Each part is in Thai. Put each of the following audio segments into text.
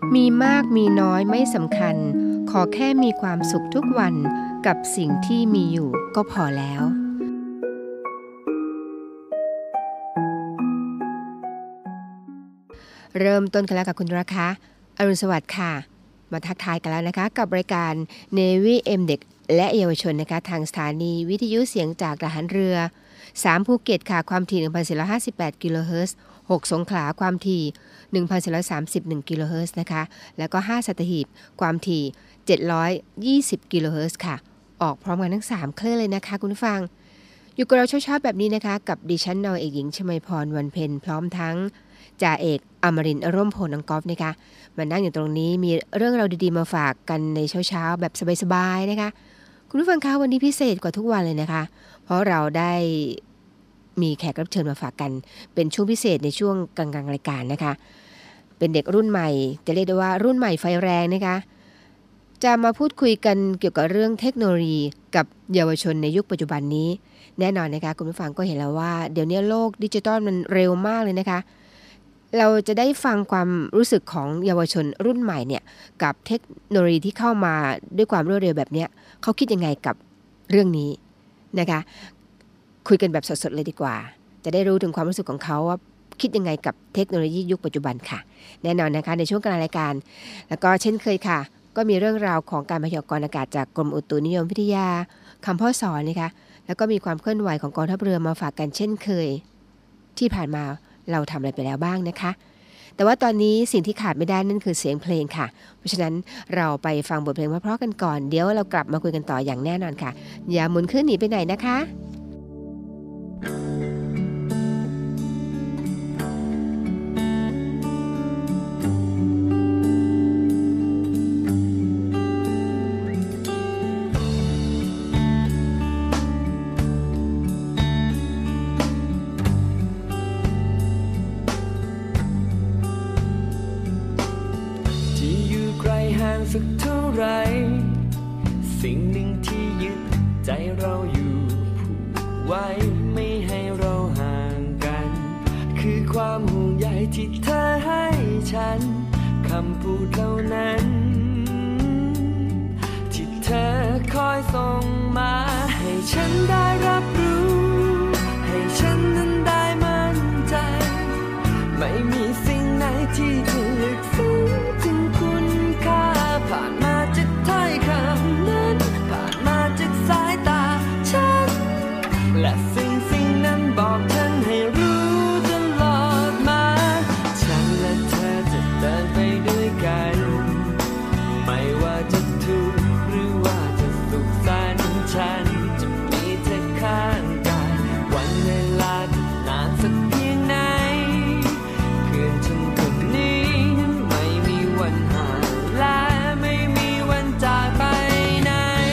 มีมากมีน้อยไม่สำคัญขอแค่มีความสุขทุกวันกับสิ่งที่มีอยู่ก็พอแล้วเริ่มต้นกันแล้วกับคุณราคาอรุณสวัสดิ์ค่ะมาทักทายกันแล้วนะคะกับรายการ Navy M เด็กและเยาวชนนะคะทางสถานีวิทยุเสียงจากทหารเรือ3ภูเก็ตค่ะความถี่ 1,458 กิโลเฮิรตซ์6สงขลาความถี่ 1,431 กิโลเฮิรตซ์นะคะแล้วก็5สัตหีบความถี่720 กิโลเฮิรตซ์ค่ะออกพร้อมกันทั้ง3คลื่นเลยนะคะคุณผู้ฟังอยู่กับเราเช้าๆแบบนี้นะคะกับดิฉันนาวเอกหญิงชมาพรวันเพ็ญพร้อมทั้งจ่าเอกอมรินทร์ร่มโพธิ์น้องกอล์ฟนะคะมานั่งอยู่ตรงนี้มีเรื่องราวดีๆมาฝากกันในเช้าๆแบบสบายๆนะคะคุณผู้ฟังคะวันนี้พิเศษกว่าทุกวันเลยนะคะเพราะเราได้มีแขกรับเชิญมาฝากกันเป็นช่วงพิเศษในช่วงกลางๆรายการนะคะเป็นเด็กรุ่นใหม่จะเรียกได้ว่ารุ่นใหม่ไฟแรงนะคะจะมาพูดคุยกันเกี่ยวกับเรื่องเทคโนโลยีกับเยาวชนในยุคปัจจุบันนี้แน่นอนนะคะคุณผู้ฟังก็เห็นแล้วว่าเดี๋ยวนี้โลกดิจิทัลมันเร็วมากเลยนะคะเราจะได้ฟังความรู้สึกของเยาวชนรุ่นใหม่เนี่ยกับเทคโนโลยีที่เข้ามาด้วยความรวดเร็วแบบนี้เขาคิดยังไงกับเรื่องนี้นะคะคุยกันแบบสดๆเลยดีกว่าจะได้รู้ถึงความรู้สึกของเขาว่าคิดยังไงกับเทคโนโลยียุคปัจจุบันค่ะแน่นอนนะคะในช่วงกลางรายการแล้วก็เช่นเคยค่ะก็มีเรื่องราวของการพยากรณ์อากาศจากกรมอุตุนิยมวิทยาคำพ่อสอนนะคะแล้วก็มีความเคลื่อนไหวของกองทัพเรือมาฝากกันเช่นเคยที่ผ่านมาเราทำอะไรไปแล้วบ้างนะคะแต่ว่าตอนนี้สิ่งที่ขาดไม่ได้นั่นคือเสียงเพลงค่ะเพราะฉะนั้นเราไปฟังบทเพลงเพราะๆกันก่อนเดี๋ยวเรากลับมาคุยกันต่ออย่างแน่นอนค่ะอย่าหมุนขึ้นหนีไปไหนนะคะสักเท่าไรสิ่งหนึ่งที่ยึดใจเราอยู่ผูกไว้ไม่ให้เราห่างกันคือความห่วงใยที่เธอให้ฉันคำพูดเหล่านั้นที่เธอคอยส่งมาให้ฉันได้รับรู้ให้ฉันนั้นได้มั่นใจไม่มีสิ่งไหนที่จะลึกซึ้งถึงคุณค่าผ่านมาจากถ้อยคำนั้นผ่านมาจากสายตาฉันและสิ่งนั้นบอกฉันให้รู้ตลอดมาฉันและเธอจะเดินไปด้วยกันไม่ว่าจะทุกข์หรือว่าจะสุขสันต์ฉันจะมีเธอข้างกายวันเวลาจะนานสักเพียงไหนเพื่อนฉันคนนี้นั้นไม่มีวันห่างและไม่มีวันจากไปไหน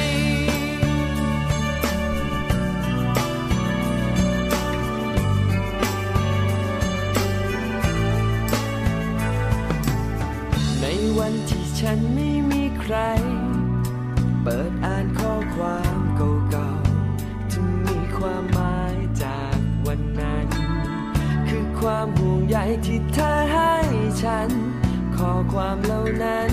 ในวันที่ฉันไม่มีใครเปิดอ่านข้อความเก่าๆที่มีความหมายจากวันนั้นคือความห่วงใยที่เธอให้ฉันข้อความเหล่านั้น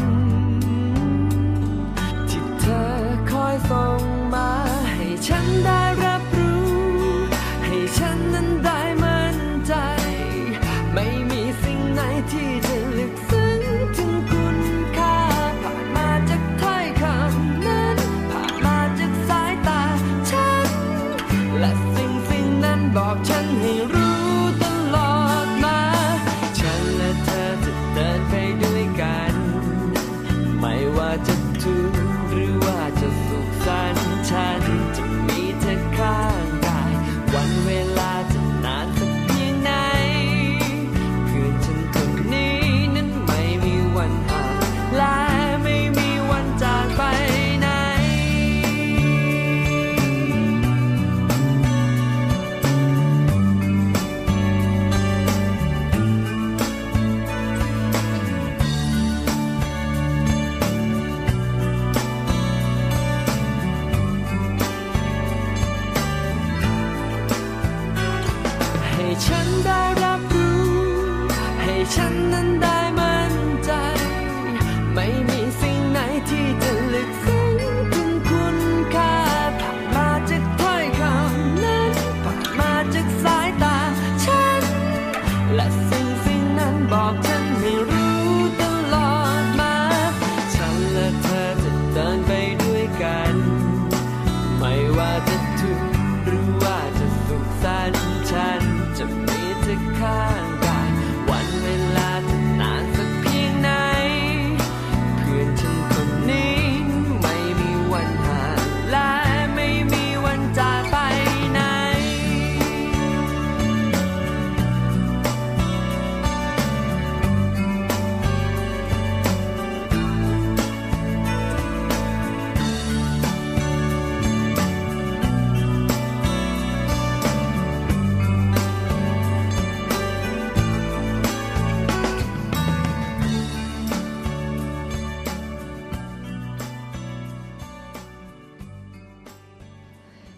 ที่เธอคอยส่งมาให้ฉันได้รับรู้ให้ฉันนั้นได้มั่นใจไม่มีสิ่งไหนที่จะลึกซึ้งถึงคุณค่าผ่านมาจากถ้อยคำนั้นผ่านมาจากสายตาฉันและสิ่งนั้นบอกฉันให้รู้ตลอดมาฉันและเธอจะเดินไปด้วยกันไม่ว่าจะทุกข์หรือว่าจะสุขสันต์ฉันจะมีเธอข้างกายวันเวลาจะนานสักเพียงไหนเพื่อนฉันคนนี้นั้นไม่มีวันห่างและไม่มีวันจากไปไหนให้ฉันได้รับรู้ให้ฉันนั้นได้มั่นใจ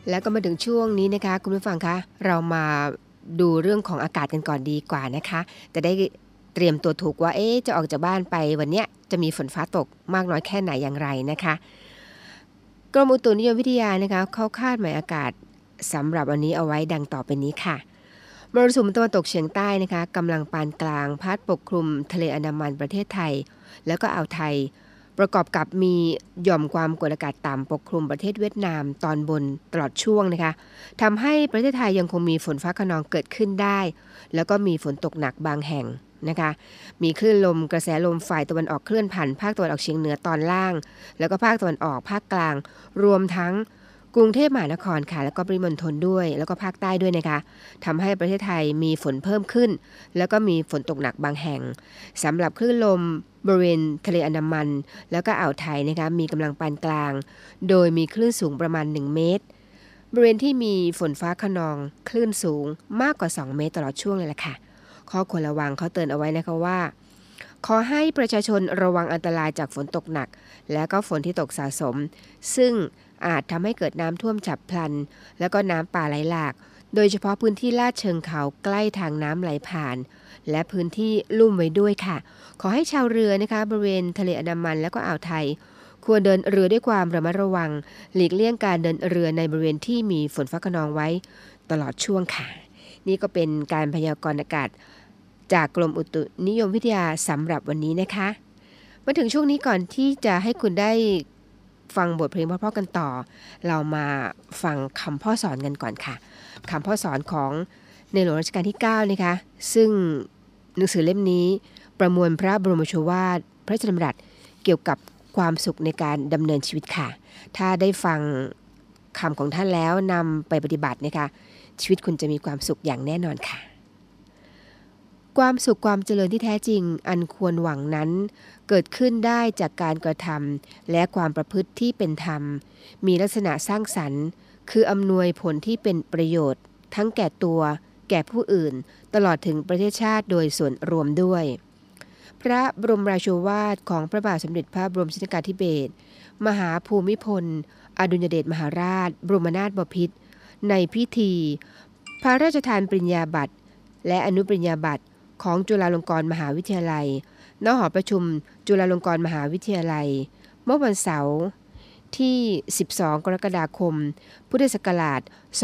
แล้วก็มาถึงช่วงนี้นะคะคุณผู้ฟังคะเรามาดูเรื่องของอากาศกันก่อนดีกว่านะคะจะได้เตรียมตัวถูกว่าจะออกจากบ้านไปวันเนี้ยจะมีฝนฟ้าตกมากน้อยแค่ไหนอย่างไรนะคะกรมอุตุนิยมวิทยานะคะเขาคาดหมายอากาศสำหรับวันนี้เอาไว้ดังต่อไปนี้ค่ะมรสุมตะวันตกเฉียงใต้นะคะกำลังปานกลางพัดปกคลุมทะเลอันดามันประเทศไทยแล้วก็อ่าวไทยประกอบกับมีหย่อมความกดอากาศต่ำปกคลุมประเทศเวียดนามตอนบนตลอดช่วงนะคะทำให้ประเทศไทยยังคงมีฝนฟ้าคะนองเกิดขึ้นได้แล้วก็มีฝนตกหนักบางแห่งนะคะมีคลื่นลมกระแสลมฝ่ายตะวันออกเคลื่อนผ่านภาคตะวันออกเฉียงเหนือตอนล่างแล้วก็ภาคตะวันออกภาคกลางรวมทั้งกรุงเทพมหานครค่ะแล้วก็ปริมณฑลด้วยแล้วก็ภาคใต้ด้วยนะคะทำให้ประเทศไทยมีฝนเพิ่มขึ้นแล้วก็มีฝนตกหนักบางแห่งสำหรับคลื่นลมบริเวณทะเลอันดามันแล้วก็อ่าวไทยนะคะมีกำลังปานกลางโดยมีคลื่นสูงประมาณ1เมตรบริเวณที่มีฝนฟ้าคะนองคลื่นสูงมากกว่า2เมตรตลอดช่วงเลยล่ะค่ะข้อควรระวังเขาเตือนเอาไว้นะคะว่าขอให้ประชาชนระวังอันตรายจากฝนตกหนักและก็ฝนที่ตกสะสมซึ่งอาจทำให้เกิดน้ำท่วมฉับพลันแล้วก็น้ำป่าไหลหลากโดยเฉพาะพื้นที่ลาดเชิงเขาใกล้ทางน้ำไหลผ่านและพื้นที่ลุ่มไว้ด้วยค่ะขอให้ชาวเรือนะคะบริเวณทะเลอันดามันและก็อ่าวไทยควรเดินเรือด้วยความระมัดระวังหลีกเลี่ยงการเดินเรือในบริเวณที่มีฝนฟ้าคะนองไว้ตลอดช่วงค่ะนี่ก็เป็นการพยากรณ์อากาศจากกรมอุตุนิยมวิทยาสำหรับวันนี้นะคะมาถึงช่วงนี้ก่อนที่จะให้คุณได้ฟังบทเพลงเพราะๆกันต่อเรามาฟังคำพ่อสอนกันก่อนค่ะคำพ่อสอนของในหลวงรัชกาลที่9นะคะซึ่งหนังสือเล่มนี้ประมวลพระบรมโชวาทพระราชดำรัสเกี่ยวกับความสุขในการดำเนินชีวิตค่ะถ้าได้ฟังคำของท่านแล้วนำไปปฏิบัตินะคะชีวิตคุณจะมีความสุขอย่างแน่นอนค่ะความสุขความเจริญที่แท้จริงอันควรหวังนั้นเกิดขึ้นได้จากการกระทำและความประพฤติที่เป็นธรรมมีลักษณะสร้างสรรค์คืออำนวยผลที่เป็นประโยชน์ทั้งแก่ตัวแก่ผู้อื่นตลอดถึงประเทศชาติโดยส่วนรวมด้วยพระบรมราโชวาทของพระบาทสมเด็จพระบรมชนกาธิเบศรมหาภูมิพลอดุลยเดชมหาราชบรมนาถบพิตรในพิธีพระราชทานปริญญาบัตรและอนุปริญญาบัตรของจุฬาลงกรณ์มหาวิทยาลัยณหอประชุมจุฬาลงกรณ์มหาวิทยาลัยเมื่อวันเสาร์ที่12กรกฎาคมพุทธศักราช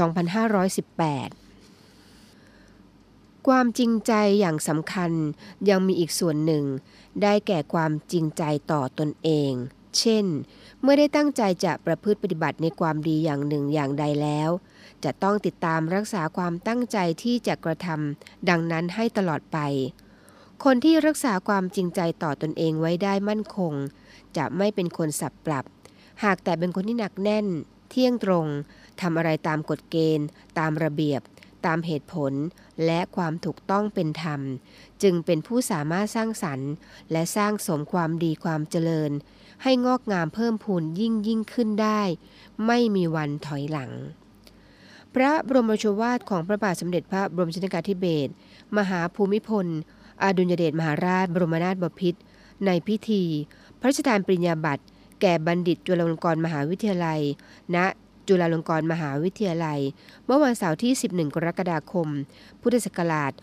2518ความจริงใจอย่างสำคัญยังมีอีกส่วนหนึ่งได้แก่ความจริงใจต่อตนเองเช่นเมื่อได้ตั้งใจจะประพฤติปฏิบัติในความดีอย่างหนึ่งอย่างใดแล้วจะต้องติดตามรักษาความตั้งใจที่จะกระทำดังนั้นให้ตลอดไปคนที่รักษาความจริงใจต่อตนเองไว้ได้มั่นคงจะไม่เป็นคนสับปรับหากแต่เป็นคนที่หนักแน่นเที่ยงตรงทำอะไรตามกฎเกณฑ์ตามระเบียบตามเหตุผลและความถูกต้องเป็นธรรมจึงเป็นผู้สามารถสร้างสรรค์และสร้างสมความดีความเจริญให้งอกงามเพิ่มพูนยิ่งขึ้นได้ไม่มีวันถอยหลังพระบรมโชวาทของพระบาทสมเด็จพระบรมชนกาธิเบศรมหาภูมิพลอดุลยเดชมหาราชบรมนาถบพิตรในพิธีพระราชทานปริญญาบัตรแก่บัณฑิตจุฬาลงกรณ์มหาวิทยาลัยณจุฬาลงกรณ์มหาวิทยาลัยเมื่อวันเสาร์ที่11กรกฎาคมพุทธศักราช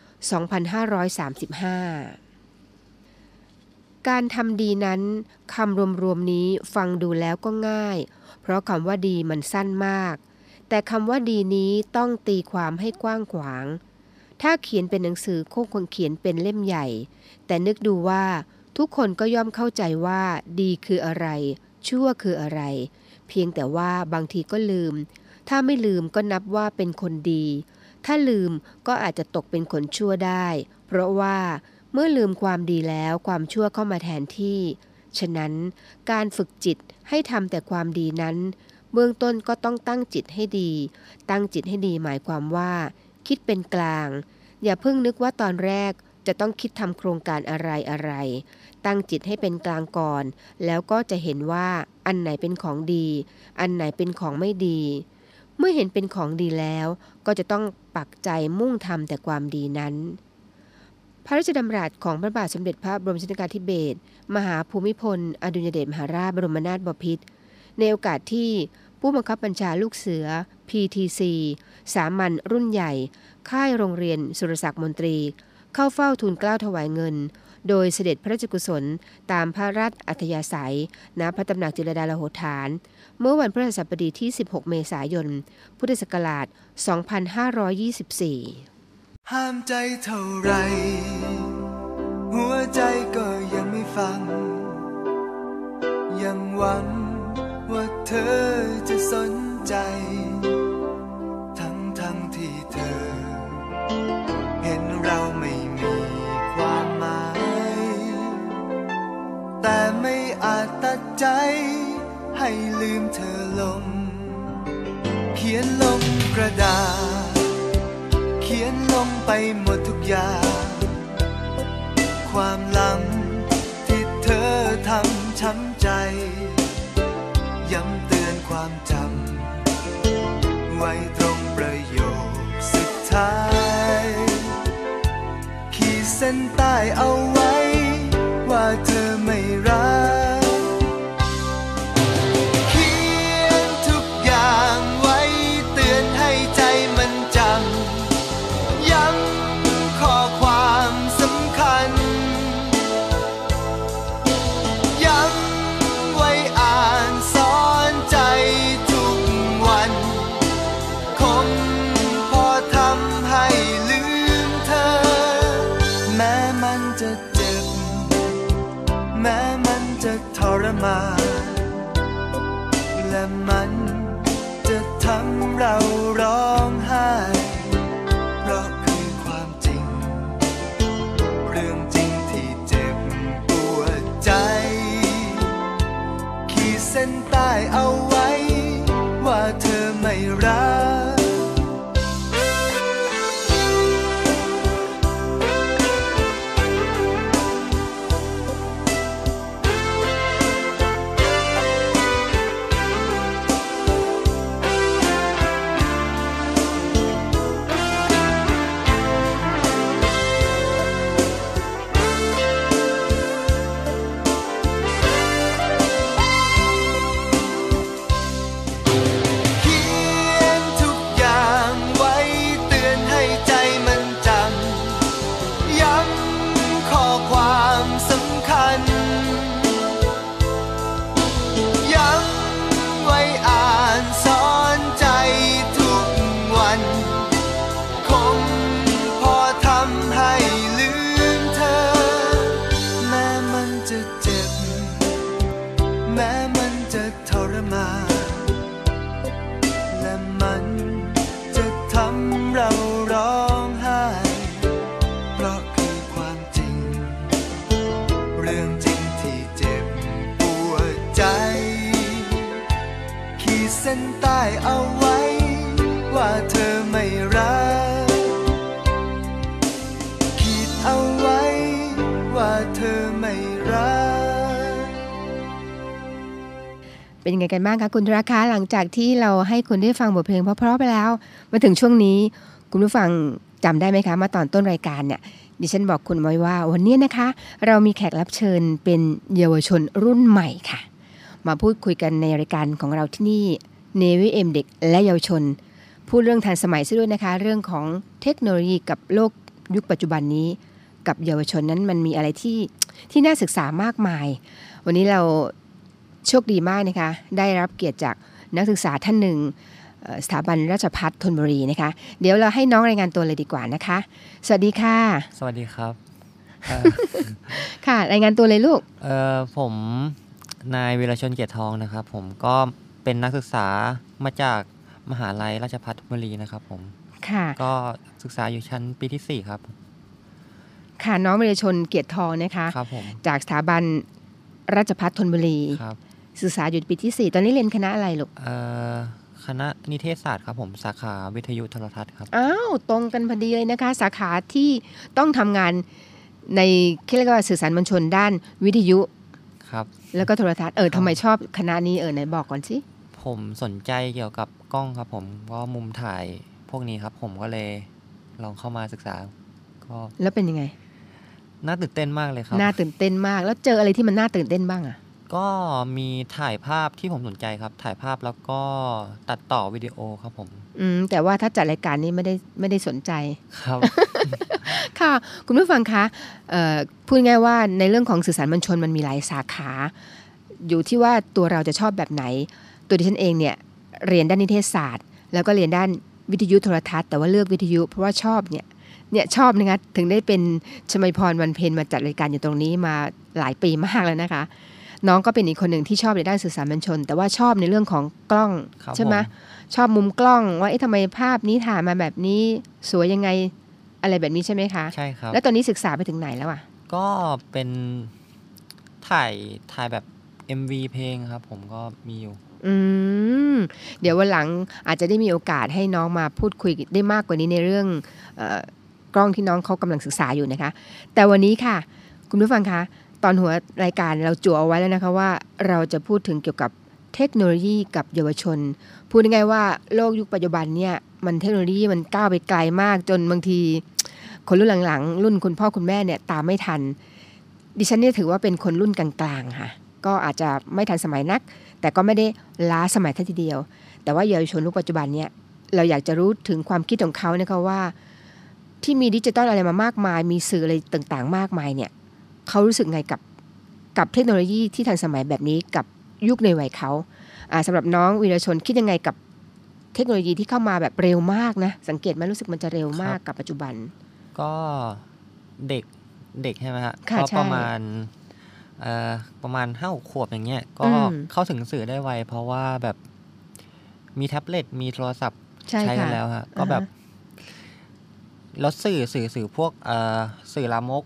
2535การทำดีนั้นคำรวมๆนี้ฟังดูแล้วก็ง่ายเพราะคำว่าดีมันสั้นมากแต่คำว่าดีนี้ต้องตีความให้กว้างขวางถ้าเขียนเป็นหนังสือคงเขียนเป็นเล่มใหญ่แต่นึกดูว่าทุกคนก็ย่อมเข้าใจว่าดีคืออะไรชั่วคืออะไรเพียงแต่ว่าบางทีก็ลืมถ้าไม่ลืมก็นับว่าเป็นคนดีถ้าลืมก็อาจจะตกเป็นคนชั่วได้เพราะว่าเมื่อลืมความดีแล้วความชั่วเข้ามาแทนที่ฉะนั้นการฝึกจิตให้ทำแต่ความดีนั้นเบื้องต้นก็ต้องตั้งจิตให้ดีตั้งจิตให้ดีหมายความว่าคิดเป็นกลางอย่าเพิ่งนึกว่าตอนแรกจะต้องคิดทำโครงการอะไรตั้งจิตให้เป็นกลางก่อนแล้วก็จะเห็นว่าอันไหนเป็นของดีอันไหนเป็นของไม่ดีเมื่อเห็นเป็นของดีแล้วก็จะต้องปักใจมุ่งทำแต่ความดีนั้นพระราชดำรัสของพระบาทสมเด็จพระบรมชนกาธิเบศรมหาภูมิพลอดุลยเดชมหาราชบรมนาถบพิตรในโอกาสที่ผู้บังคับบัญชาลูกเสือ PTC สามัญรุ่นใหญ่ค่ายโรงเรียนสุรศักดิ์มนตรีเข้าเฝ้าทูลเกล้าถวายเงินโดยเสด็จพระราชกุศลตามพระราชอัธยาศัยณพระตำหนักจิรดาลโหฐานเมื่อวันพฤหัสบดีที่16เมษายนพุทธศักราช2524 ห้ามใจเท่าไรหัวใจก็ยังไม่ฟังยังหวังว่าเธอจะสนใจทั้งที่เธอเห็นเราไม่มีความหมายแต่ไม่อาจตัดใจให้ลืมเธอลงเขียนลงกระดาษเขียนลงไปหมดทุกอย่างความหลังที่เธอทำช้ำใจย้ำเตือนความจำไว้ตรงประโยคสุดท้ายขีดเส้นใต้เอาไว้ว่าเธอไม่รักเขียนทุกอย่างไว้เตือนให้ใจมันจำย้ำข้อความสำคัญย้ำไว้อ่านสอนใจทุกวันคงพอทำให้ลืมเธอแม้มันจะเจ็บแม้มันจะทรมานและมันจะทำเราร้องไห้เพราะคือความจริงเรื่องจริงที่เจ็บปวดใจขีดเส้นใต้เอาไว้ว่าเธอไม่รักเส้นใต้เอาไว้ว่าเธอไม่รักขีดเอาไว้ว่าเธอไม่รักเป็นยังไงกันบ้างคะคุณธุระคะหลังจากที่เราให้คุณได้ฟังบทเพลงเพราะๆไปแล้วมาถึงช่วงนี้คุณผู้ฟังจำได้ไหมคะมาตอนต้นรายการเนี่ยดิฉันบอกคุณไว้ว่าวันนี้นะคะเรามีแขกรับเชิญเป็นเยาวชนรุ่นใหม่ค่ะมาพูดคุยกันในรายการของเราที่นี่NAVMเด็กและเยาวชนพูดเรื่องทันสมัยซะด้วยนะคะเรื่องของเทคโนโลยีกับโลกยุคปัจจุบันนี้กับเยาวชนนั้นมันมีอะไรที่น่าศึกษามากมายวันนี้เราโชคดีมากนะคะได้รับเกียรติจากนักศึกษาท่านหนึ่งสถาบันราชภัฏธนบุรีนะคะเดี๋ยวเราให้น้องรายงานตัวเลยดีกว่านะคะสวัสดีค่ะสวัสดีครับค่ะรายงานตัวเลยลูกผมนายวีรชนเกียรติทองนะครับผมก็เป็นนักศึกษามาจากมหาลัยราชภัฏธนบุรีนะครับผมค่ะก็ศึกษาอยู่ชั้นปีที่4ครับค่ะน้องวีรชนเกียรติทองนะคะครับผมจากสถาบันราชภัฏธนบุรีครับศึกษาอยู่ปีที่4ตอนนี้เรียนคณะอะไรลูกคณะนิเทศศาสตร์ครับผมสาขาวิทยุโทรทัศน์ครับอ้าวตรงกันพอดีเลยนะคะสาขาที่ต้องทำงานในเรียกว่าสื่อสารมวลชนด้านวิทยุครับแล้วก็โทรทัศน์ทำไมชอบคณะนี้ไหนบอกก่อนสิผมสนใจเกี่ยวกับกล้องครับผมก็มุมถ่ายพวกนี้ครับผมก็เลยลองเข้ามาศึกษาก็แล้วเป็นยังไงน่าตื่นเต้นมากเลยครับน่าตื่นเต้นมากแล้วเจออะไรที่มันน่าตื่นเต้นบ้างอะก็มีถ่ายภาพที่ผมสนใจครับ ถ่ายภาพแล้วก็ตัดต่อวิดีโอครับผมแต่ว่าถ้าจัดรายการนี้ไม่ได้สนใจครับค่ะ คุณผู้ฟังคะพูดง่ายว่าในเรื่องของสื่อสารมวลชนมันมีหลายสาขา อยู่ที่ว่าตัวเราจะชอบแบบไหน ตัวดิฉันเองเนี่ยเรียนด้านนิเทศศาสตร์ แล้วก็เรียนด้านวิทยุโทรทัศน์แต่ว่าเลือกวิทยุเพราะว่าชอบเนี่ยชอบนะคะถึงได้เป็นชมัยพรวันเพ็ญมาจัดรายการอยู่ตรงนี้มาหลายปีมากแล้วนะคะ น้องก็เป็นอีกคนหนึ่งที่ชอบในด้านสื่อสารมวลชน แต่ว่าชอบในเรื่องของกล้องครับใช่ไหมผมชอบมุมกล้องว่าทำไมภาพนี้ถ่ายมาแบบนี้สวยยังไงอะไรแบบนี้ใช่ไหมคะใช่ครับแล้วตอนนี้ศึกษาไปถึงไหนแล้วอ่ะก็เป็นถ่ายแบบ MV เพลงครับ ผมก็มีอยู่เดี๋ยววันหลังอาจจะได้มีโอกาสให้น้องมาพูดคุยได้มากกว่านี้ในเรื่องกล้องที่น้องเขากำลังศึกษาอยู่นะคะ แต่วันนี้ค่ะ คุณผู้ฟังคะตอนหัวรายการเราจั่วเอาไว้แล้วนะคะว่าเราจะพูดถึงเกี่ยวกับเทคโนโลยีกับเยาวชน พูดง่ายๆว่าโลกยุคปัจจุบันเนี่ยมันเทคโนโลยีมันก้าวไปไกลมากจนบางทีคนรุ่นหลังๆรุ่นคุณพ่อคุณแม่เนี่ยตามไม่ทัน ดิฉันเนี่ยถือว่าเป็นคนรุ่นกลางๆค่ะก็อาจจะไม่ทันสมัยนัก แต่ก็ไม่ได้ล้าสมัยทีเดียว แต่ว่าเยาวชนยุคปัจจุบันเนี่ยเราอยากจะรู้ถึงความคิดของเขานะคะว่าที่มีดิจิตอลอะไรมามากมายมีสื่ออะไรต่างๆมากมายเนี่ยเขารู้สึกไงกับเทคโนโลยีที่ทันสมัยแบบนี้กับยุคในวัยเขาสำหรับน้องวีรชนคิดยังไงกับเทคโนโลยีที่เข้ามาแบบเร็วมากนะสังเกตไหมรู้สึกมันจะเร็วมากกับปัจจุบันก็เด็กใช่ไหมฮะค่ะก็ใช่ประมาณ5-6 ขวบอย่างเงี้ยก็เข้าถึงสื่อได้ไวเพราะว่าแบบมีแท็บเล็ตมีโทรศัพท์ใช้กันแล้วฮะก็แบบแล้วสื่อพวกสื่อลามก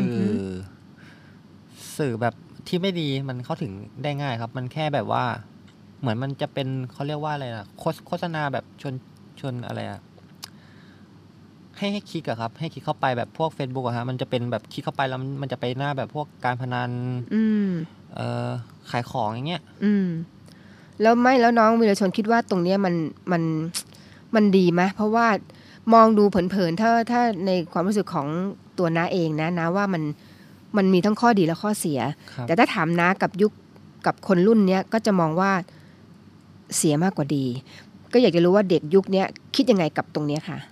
สื่อแบบที่ไม่ดีมันเข้าถึงได้ง่ายครับ มันแค่แบบว่าเหมือนมันจะเป็นเขาเรียกว่าอะไรนะโฆษณาแบบชวนอะไรอะให้คลิกอะครับให้คลิกเข้าไปแบบพวก Facebook อะฮะมันจะเป็นแบบคลิกเข้าไปแล้วมันจะไปหน้าแบบพวกการพนันขายของอย่างเงี้ยแล้วน้องวีรชนคิดว่าตรงเนี้ยมันดีไหมเพราะว่ามองดูเผินๆถ้าในความรู้สึกของตัวน้าเองนะว่ามันมีทั้งข้อดีและข้อเสียแต่ถ้าถามน้ากับยุคกับคนรุ่นเนี้ยก็จะมองว่าเสียมากกว่าดีก็อยากจะรู้ว่าเด็กยุคเนี้ยคิดยังไงกับตรงเนี้ยค่ะ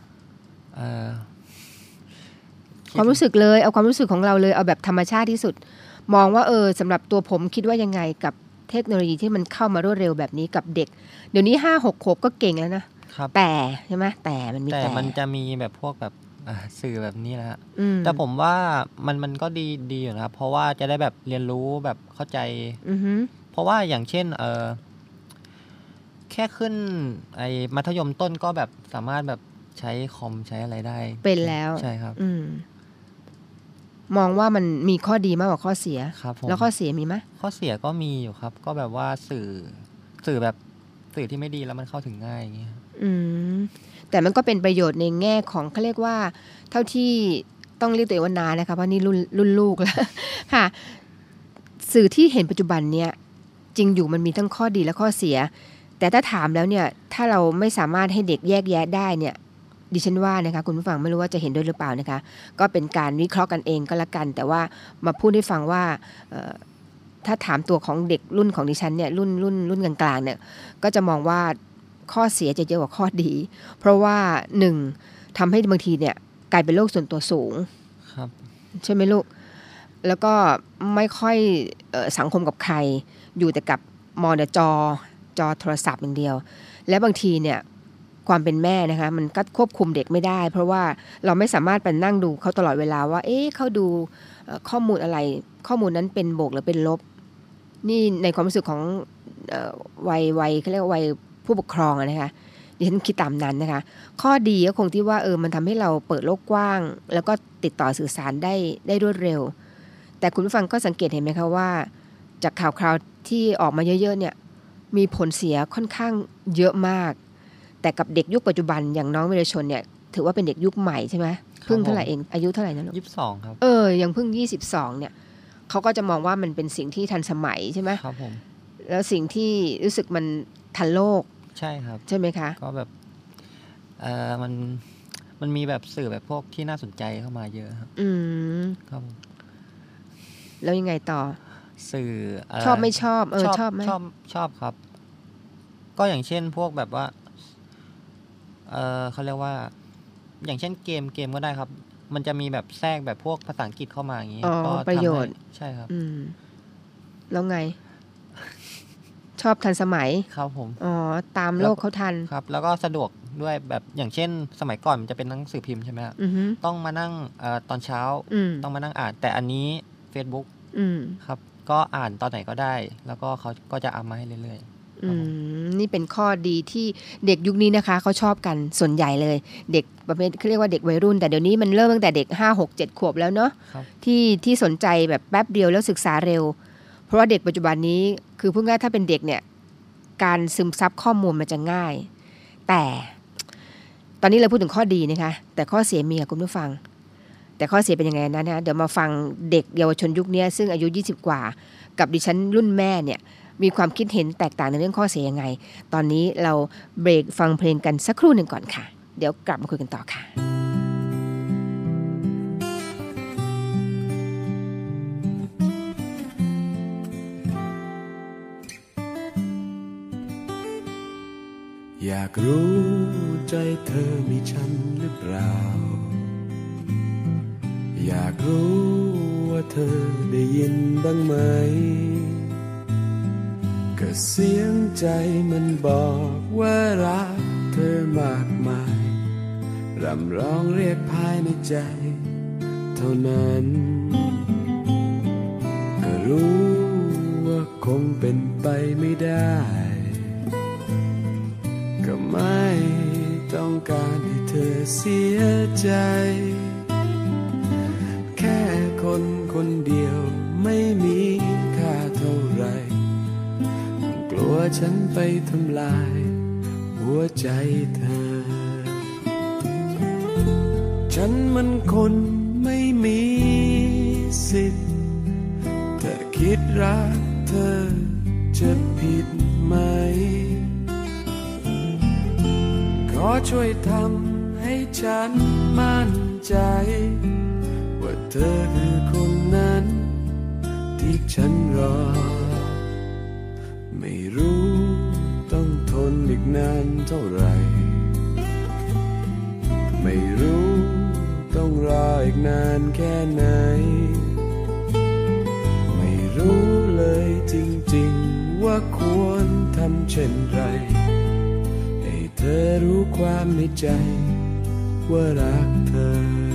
ความรู้สึกเลยเอาความรู้สึกของเราเลยเอาแบบธรรมชาติที่สุดมองว่าสำหรับตัวผมคิดว่ายังไงกับเทคโนโลยีที่มันเข้ามารวดเร็วแบบนี้กับเด็กเดี๋ยวนี้ 5-6 ขวบก็เก่งแล้วนะแต่ใช่ไหมแต่มันมีแต่มันจะมีแบบพวกแบบสื่อแบบนี้แหละแต่ผมว่ามันก็ดีอยู่นะครับเพราะว่าจะได้แบบเรียนรู้แบบเข้าใจเพราะว่าอย่างเช่นแค่ขึ้นไอ้มัธยมต้นก็แบบสามารถแบบใช้คอมใช้อะไรได้เป็นแล้วใช่ครับมองว่ามันมีข้อดีมากกว่าข้อเสียครับแล้วข้อเสียมีไหมข้อเสียก็มีอยู่ครับก็แบบว่าสื่อแบบสื่อที่ไม่ดีแล้วมันเข้าถึงง่ายอย่างเงี้ยแต่มันก็เป็นประโยชน์ในแง่ของเขาเรียกว่าเท่าที่ต้องเรียกตัวเองว่านานะคะเพราะนี่รุ่นลูกแล้วค่ะสื่อที่เห็นปัจจุบันเนี่ยจริงอยู่มันมีทั้งข้อดีและข้อเสียแต่ถ้าถามแล้วเนี่ยถ้าเราไม่สามารถให้เด็กแยกแยะได้เนี่ยดิฉันว่านะคะคุณผู้ฟังไม่รู้ว่าจะเห็นด้วยหรือเปล่านะคะก็เป็นการวิเคราะห์กันเองก็แล้วกันแต่ว่ามาพูดให้ฟังว่าถ้าถามตัวของเด็กรุ่นของดิฉันเนี่ยรุ่นกลางๆเนี่ยก็จะมองว่าข้อเสียจะเยอะกว่าข้อดีเพราะว่า1ทำให้บางทีเนี่ยกลายเป็นโลกส่วนตัวสูงครับใช่ไหมลูกแล้วก็ไม่ค่อยสังคมกับใครอยู่แต่กับมอนิเตอร์จอโทรศัพท์อย่างเดียวและบางทีเนี่ยความเป็นแม่นะคะมันก็ควบคุมเด็กไม่ได้เพราะว่าเราไม่สามารถไปนั่งดูเขาตลอดเวลาว่าเขาดูข้อมูลอะไรข้อมูลนั้นเป็นบวกหรือเป็นลบนี่ในความรู้สึกของวัยเขาเรียกว่าวัยผู้ปกครองนะคะดิฉันคิดตามนั้นนะคะข้อดีก็คงที่ว่ามันทำให้เราเปิดโลกกว้างแล้วก็ติดต่อสื่อสารได้รวดเร็วแต่คุณผู้ฟังก็สังเกตเห็นไหมคะว่าจากข่าวที่ออกมาเยอะๆเนี่ยมีผลเสียค่อนข้างเยอะมากแต่กับเด็กยุคปัจจุบันอย่างน้องวีรชนเนี่ยถือว่าเป็นเด็กยุคใหม่ใช่ไหมเพิ่งเท่าไหร่เองอายุเท่าไหร่นะลูก 22ครับยังเพิ่ง22เนี่ยเขาก็จะมองว่ามันเป็นสิ่งที่ทันสมัยใช่ไหมครับผมแล้วสิ่งที่รู้สึกมันทันโลกใช่ครับใช่ไหมคะก็แบบมันมีแบบสื่อแบบพวกที่น่าสนใจเข้ามาเยอะครับครับแล้วยังไงต่อสื่อชอบไม่ชอบชอบไหมชอบครับ ก็อย่างเช่นพวกแบบว่าเขาเรียกว่า อย่างเช่นเกมก็ได้ครับ มันจะมีแบบแทรกแบบพวกภาษาอังกฤษเข้ามาอย่างนี้ก็ประโยชน์ใช่ครับแล้วไง ชอบทันสมัยครับผมตามโลกเขาทันครับ แล้วก็สะดวกด้วยแบบอย่างเช่นสมัยก่อนมันจะเป็นหนังสือพิมพ์ใช่ไหมครับต้องมานั่งตอนเช้าต้องมานั่งอ่านแต่อันนี้ Facebook ครับก็อ่านตอนไหนก็ได้แล้วก็เขาก็จะเอามาให้เรื่อยๆนี่เป็นข้อดีที่เด็กยุคนี้นะคะเขาชอบกันส่วนใหญ่เลยเด็กประเภทเขาเรียกว่าเด็กวัยรุ่นแต่เดี๋ยวนี้มันเริ่มตั้งแต่เด็ก5 6 7ขวบแล้วเนาะที่สนใจแบบแป๊บเดียวแล้วศึกษาเร็วเพราะว่าเด็กปัจจุบันนี้คือพูดง่ายถ้าเป็นเด็กเนี่ยการซึมซับข้อมูลมันจะง่ายแต่ตอนนี้เราพูดถึงข้อดีนะคะแต่ข้อเสียมีค่ะคุณผู้ฟังแต่ข้อเสียเป็นยังไงนะเดี๋ยวมาฟังเด็กเยาวชนยุคนี้ซึ่งอายุ20กว่ากับดิฉันรุ่นแม่เนี่ยมีความคิดเห็นแตกต่างในเรื่องข้อเสียยังไงตอนนี้เราเบรกฟังเพลงกันสักครู่หนึ่งก่อนค่ะเดี๋ยวกลับมาคุยกันต่อค่ะอยากรู้ใจเธอมีฉันหรือเปล่าอยากรู้ว่าเธอได้ยินบ้างไหมก็เสียงใจมันบอกว่ารักเธอมากมายรำร้องเรียกภายในใจเท่านั้นก็รู้ว่าคงเป็นไปไม่ได้ก็ไม่ต้องการให้เธอเสียใจแค่คนคนเดียวไม่มีค่าเท่าไรกลัวฉันไปทำลายหัวใจเธอฉันมันคนไม่มีสิทธิ์ถ้าคิดรักเธอจะผิดไหมขอช่วยทำให้ฉันมั่นใจว่าเธอคือคนนั้นที่ฉันรอไม่รู้ต้องทนอีกนานเท่าไหร่ไม่รู้ต้องรออีกนานแค่ไหนไม่รู้เลยจริงๆว่าควรทำเช่นไรเธอรู้ความในใจว่ารักเธอ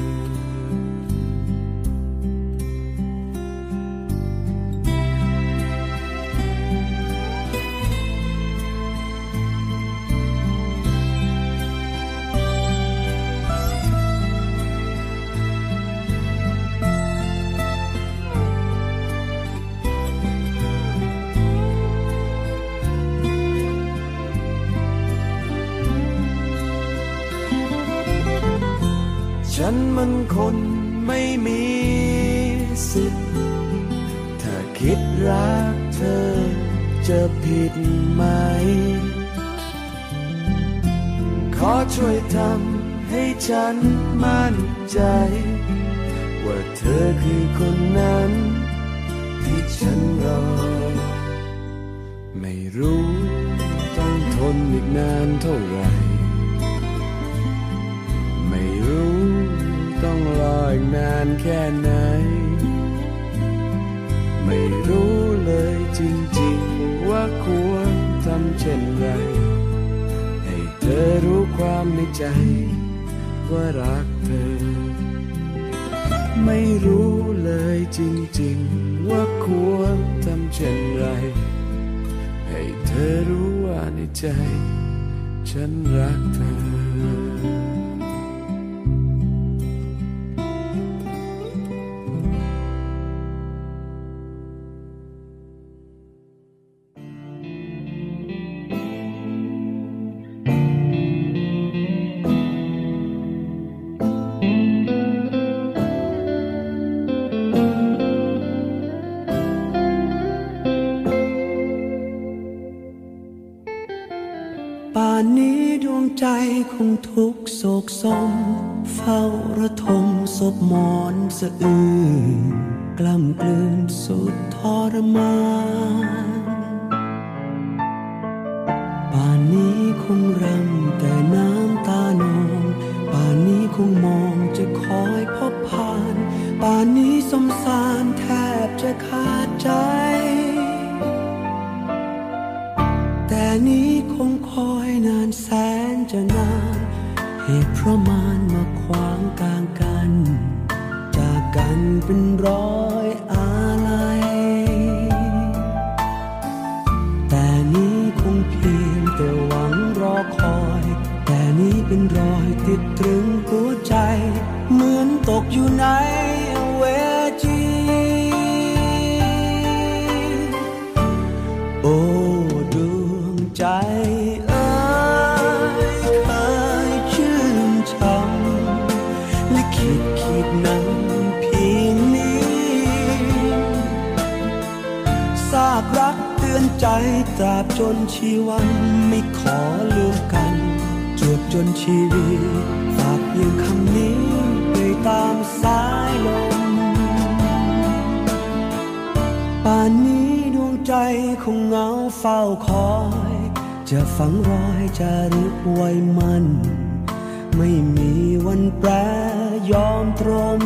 ฉันมันคนไม่มีสิทธิ์ถ้าคิดรักเธอจะผิดไหมขอช่วยทำให้ฉันมั่นใจว่าเธอคือคนนั้นที่ฉันรอไม่รู้ต้องทนอีกนานเท่าไหร่ไม่รู้ต้องรออีกนานแค่ไหนไม่รู้เลยจริงๆว่าควรทำเช่นไรให้เธอรู้ความในใจว่ารักเธอไม่รู้เลยจริงๆว่าควรทำเช่นไรให้เธอรู้ว่าในใจฉันรักเธอป่านนี้ดวงใจคงทุกโศกสมเฝ้าระทมศพมอนสะอื้นกล้ำกลืนสุดทรมานป่านนี้คงรำแต่น้ำตานองป่านนี้คงมองจะคอยพบผ่านป่านนี้สมสารแทบจะขาดใจแต่นี้คงคอยนานแสนจะนานเหตุเพราะมารมาขวางกลางกันจากกันเป็นร้อยอาลัยแต่นี้คงเพียงแต่หวังรอคอยแต่นี้เป็นรอยติดตรึงหัวใจเหมือนตกอยู่ในเวทีโอ้ดวงใจเอ้ยเคยชื่นชมและคิดนั้นเพียงนี้ซากรักเตือนใจตราบจนชีวันไม่ขอลืมกันจวบจนชีวิตฝากเพียงคำนี้ไปตามสายลมป่านนี้ดวงใจคงเหงาเฝ้าคอยจะฝังรอยจะรึกไว้มันไม่มีวันแปรยอมตรม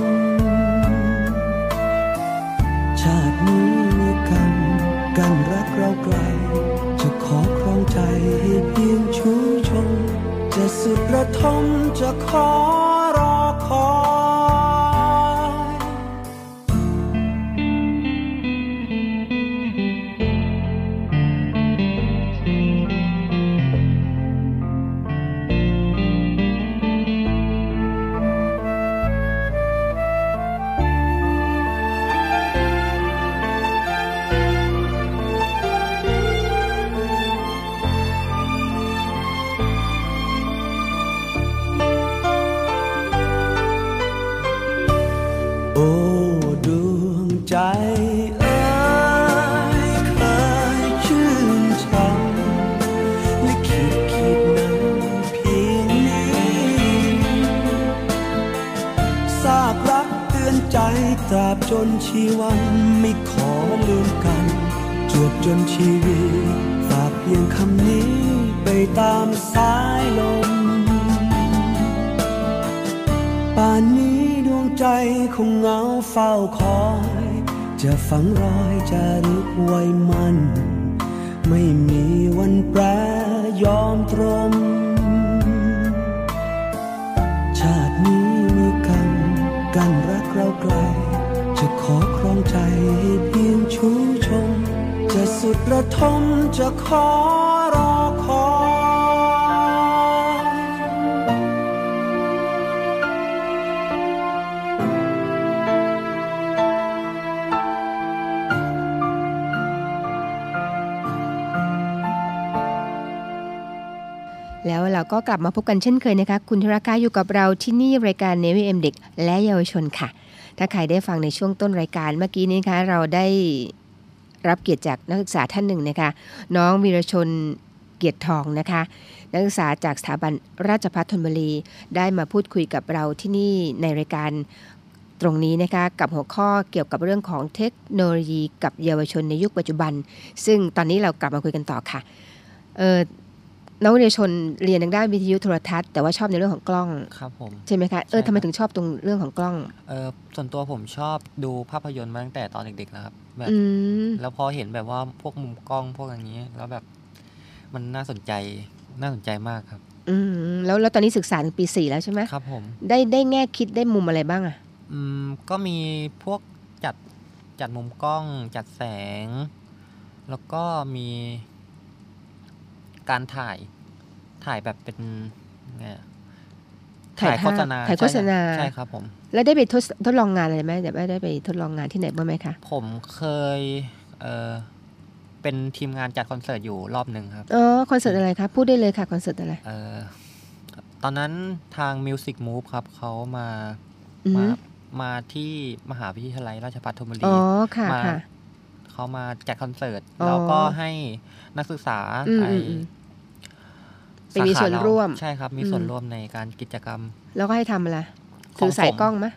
ชาตินี้มีกรรมกันรักเราไกลจะขอครองใจให้เพียงชูชมจะสุดระทมจะขอรอคอยโอ้ดวงใจเอ้ยเคยชื่นชมและคิดนั้นเพียงนี้ซากรักเตือนใจตราบจนชีวันไม่ขอลืมกันจวบจนชีวิตฝากเพียงคำนี้ไปตามสายลมป่านนี้ดวงใจคงเหงาเฝ้าคอยจะฝังรอยจะรึกไว้มันไม่มีวันแปรยอมตรมชาตินี้มีกรรมกันรักเราไกลจะขอครองใจให้เพียงชูชมจะสุดระทมจะขอรอคอยแล้วเราก็กลับมาพบกันเช่นเคยนะคะคุณธรากาอยู่กับเราที่นี่รายการ Navy AM เด็กและเยาวชนค่ะถ้าใครได้ฟังในช่วงต้นรายการเมื่อกี้นี้นะคะเราได้รับเกียรติจากนักศึกษาท่านหนึ่งนะคะน้องวีรชนเกียรติทองนะคะนักศึกษาจากสถาบันราชภัฏธนบุรีได้มาพูดคุยกับเราที่นี่ในรายการตรงนี้นะคะกับหัวข้อเกี่ยวกับเรื่องของเทคโนโลยีกับเยาวชนในยุคปัจจุบันซึ่งตอนนี้เรากลับมาคุยกันต่อค่ะน้องวีรชนเรียนทางด้านวิทยุโทรทัศน์แต่ว่าชอบในเรื่องของกล้องครับผมใช่ไหมคะทำไมถึงชอบตรงเรื่องของกล้องส่วนตัวผมชอบดูภาพยนตร์มาตั้งแต่ตอนเด็กๆแล้วครับแบบแล้วพอเห็นแบบว่าพวกมุมกล้องพวกอย่างนี้แล้วแบบมันน่าสนใจมากครับแล้วตอนนี้ศึกษาถึงปี 4แล้วใช่ไหมครับผมได้แง่คิดได้มุมอะไรบ้างอ่ะก็มีพวกจัดมุมกล้องจัดแสงแล้วก็มีการถ่ายแบบเป็นไงถ่ายโฆษณาใช่ครับผมแล้วได้ไปทดลองงานอะไรไหมได้ไปทดลองงานที่ไหนบ้างไหมคะผมเคยเป็นทีมงานจัดคอนเสิร์ตอยู่รอบนึงครับคอนเสิร์ตอะไรคะพูดได้เลยค่ะคอนเสิร์ตอะไรตอนนั้นทาง Music Move ครับเขามาที่มหาวิทยาลัยราชภัฏธนบุรีมาเขามาจัดคอนเสิร์ตแล้วก็ให้นักศึกษาไปมีส่วนร่วมใช่ครับมีส่วนร่วมในการกิจกรรมแล้วก็ให้ทำอะไรถือสายกล้องไหม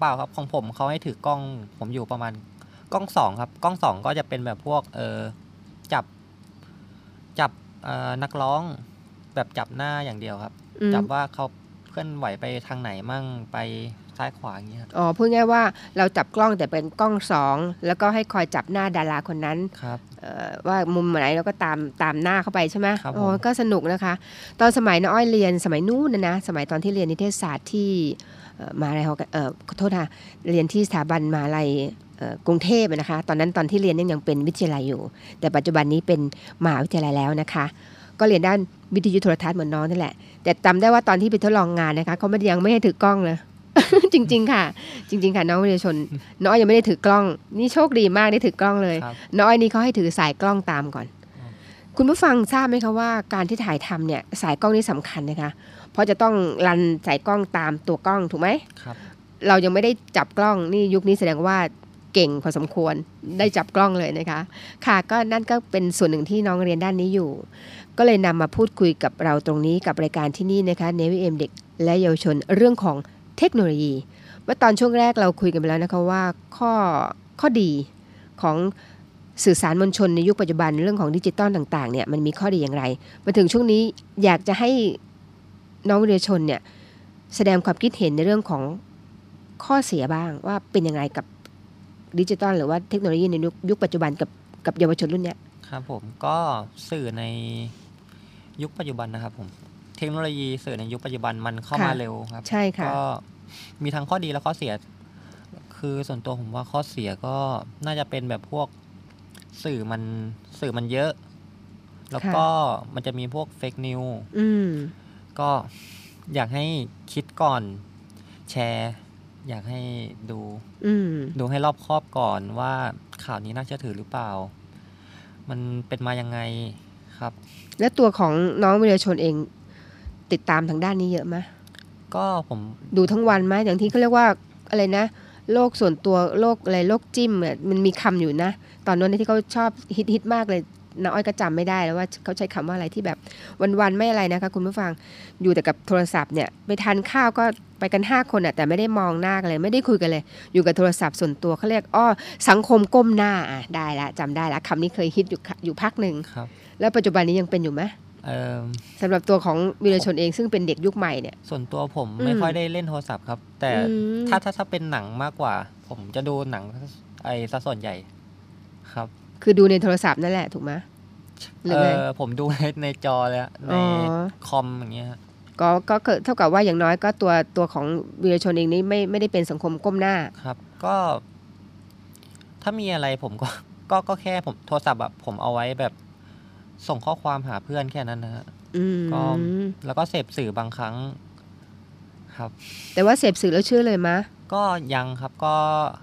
เปล่าครับของผมเขาให้ถือกล้องผมอยู่ประมาณกล้อง2ครับกล้อง2ก็จะเป็นแบบพวกจับจับนักร้องแบบจับหน้าอย่างเดียวครับอืมจับว่าเขาเคลื่อนไหวไปทางไหนมั่งไปซ้ายขวาอย่างเงี้ยครับอ๋อพูดง่ายว่าเราจับกล้องแต่เป็นกล้องสองแล้วก็ให้คอยจับหน้าดาราคนนั้นครับว่ามุมไหนเราก็ตามหน้าเข้าไปใช่ไหมครับผมโอ้ก็สนุกนะคะ ตอนสมัยน้าอ้อยเรียนสมัยนู้นนะสมัยตอนที่เรียนนิเทศศาสตร์ที่มหาลัยขอโทษค่ะเรียนที่สถาบันมหาลัยกรุงเทพนะคะตอนนั้นตอนที่เรียนยังเป็นวิทยาลัยอยู่ แต่ปัจจุบันนี้เป็นมหาวิทยาลัยแล้วนะคะ ก็เรียนด้านวิทยุโทรทัศน์เหมือนน้องนั่นแหละแต่จำได้ว่าตอนที่ไปทดลองงานนะคะเขายังไม่ให้ถือกล้องเลย จริงๆค่ะจริงๆค่ะน้องวิทยาชนน้องอ้อยยังไม่ได้ถือกล้องนี่โชคดีมากได้ถือกล้องเลยครับน้องอ้อยนี่เขาให้ถือสายกล้องตามก่อน คุณผู้ฟังทราบไหมคะว่าการที่ถ่ายทำเนี่ยสายกล้องนี่สำคัญนะคะเพราะจะต้องรันสายกล้องตามตัวกล้องถูกไหมครับเรายังไม่ได้จับกล้องนี่ยุคนี้แสดงว่าเก่งพอสมควรได้จับกล้องเลยนะคะค่ะก็นั่นก็เป็นส่วนหนึ่งที่น้องเรียนด้านนี้อยู่ ก็เลยนำมาพูดคุยกับเราตรงนี้กับรายการที่นี่นะคะ Navy AM เด็กและเยาวชนเรื่องของเทคโนโลยีเมื่อตอนช่วงแรกเราคุยกันไปแล้วนะคะว่าข้อดีของสื่อสารมวลชนในยุคปัจจุบันเรื่องของดิจิตอลต่างๆเนี่ยมันมีข้อดีอย่างไรมาถึงช่วงนี้อยากจะให้น้องวิทยาชนเนี่ยแสดงความคิดเห็นในเรื่องของข้อเสียบ้างว่าเป็นอย่างไรกับดิจิตอลหรือว่าเทคโนโลยีในยุคปัจจุบันกับเยาวชนรุ่นเนี้ยครับผมก็สื่อในยุคปัจจุบันนะครับผมเทคโนโลยีสื่อในยุคปัจจุบันมันเข้ามาค่ะเร็วครับใช่ค่ะก็มีทั้งข้อดีและข้อเสีย คือส่วนตัวผมว่าข้อเสียก็น่าจะเป็นแบบพวกสื่อมันเยอะ แล้วก็มันจะมีพวกเฟกนิวอืมก็อยากให้คิดก่อนแชร์ อยากให้ดูอืมดูให้รอบคอบก่อนว่าข่าวนี้น่าเชื่อถือหรือเปล่า มันเป็นมายังไงครับแล้วตัวของน้องวิทยาชนเองติดตามทางด้านนี้เยอะไหมก็ผมดูทั้งวันไหมอย่างที่เขาเรียกว่าอะไรนะโลกส่วนตัวโลกอะไรโลกจิ้มอะมันมีคำอยู่นะ ตอนนั้นที่เขาชอบฮิตมากเลยน้าอ้อยก็จำไม่ได้แล้วว่าเขาใช้คำว่าอะไรที่แบบวันๆไม่อะไรนะคะคุณผู้ฟังอยู่แต่กับโทรศัพท์เนี่ยไปทานข้าวก็ไปกัน5 คนอะแต่ไม่ได้มองหน้ากันเลยไม่ได้คุยกันเลย อยู่กับโทรศัพท์ส่วนตัวเขาเรียกสังคมก้มหน้าอ่ะได้ละจำได้ละคำนี้เคยฮิตอยู่พักหนึ่งครับแล้วปัจจุบันนี้ยังเป็นอยู่ไหม สำหรับตัวของวิรชนเองซึ่งเป็นเด็กยุคใหม่เนี่ยส่วนตัวผมไม่ค่อยได้เล่นโทรศัพท์ครับ แต่อืมถ้าเป็นหนังมากกว่า ผมจะดูหนังซะส่วนใหญ่ครับคือดูในโทรศัพท์นั่นแหละถูกไหมหรือไงผมดูในจอเลยอะในอ๋อคอมอย่างเงี้ยฮะก็เท่ากับว่าอย่างน้อยก็ตัวของวิรชนเองนี้ไม่ได้เป็นสังคมก้มหน้าครับ ก็ ถ้ามีอะไรผมก็แค่ผมโทรศัพท์อะผมเอาไว้แบบส่งข้อความหาเพื่อนแค่นั้นนะฮะอืมก็แล้วก็เสพสื่อบางครั้งครับแต่ว่าเสพสื่อแล้วเชื่อเลยมะก็ยังครับก็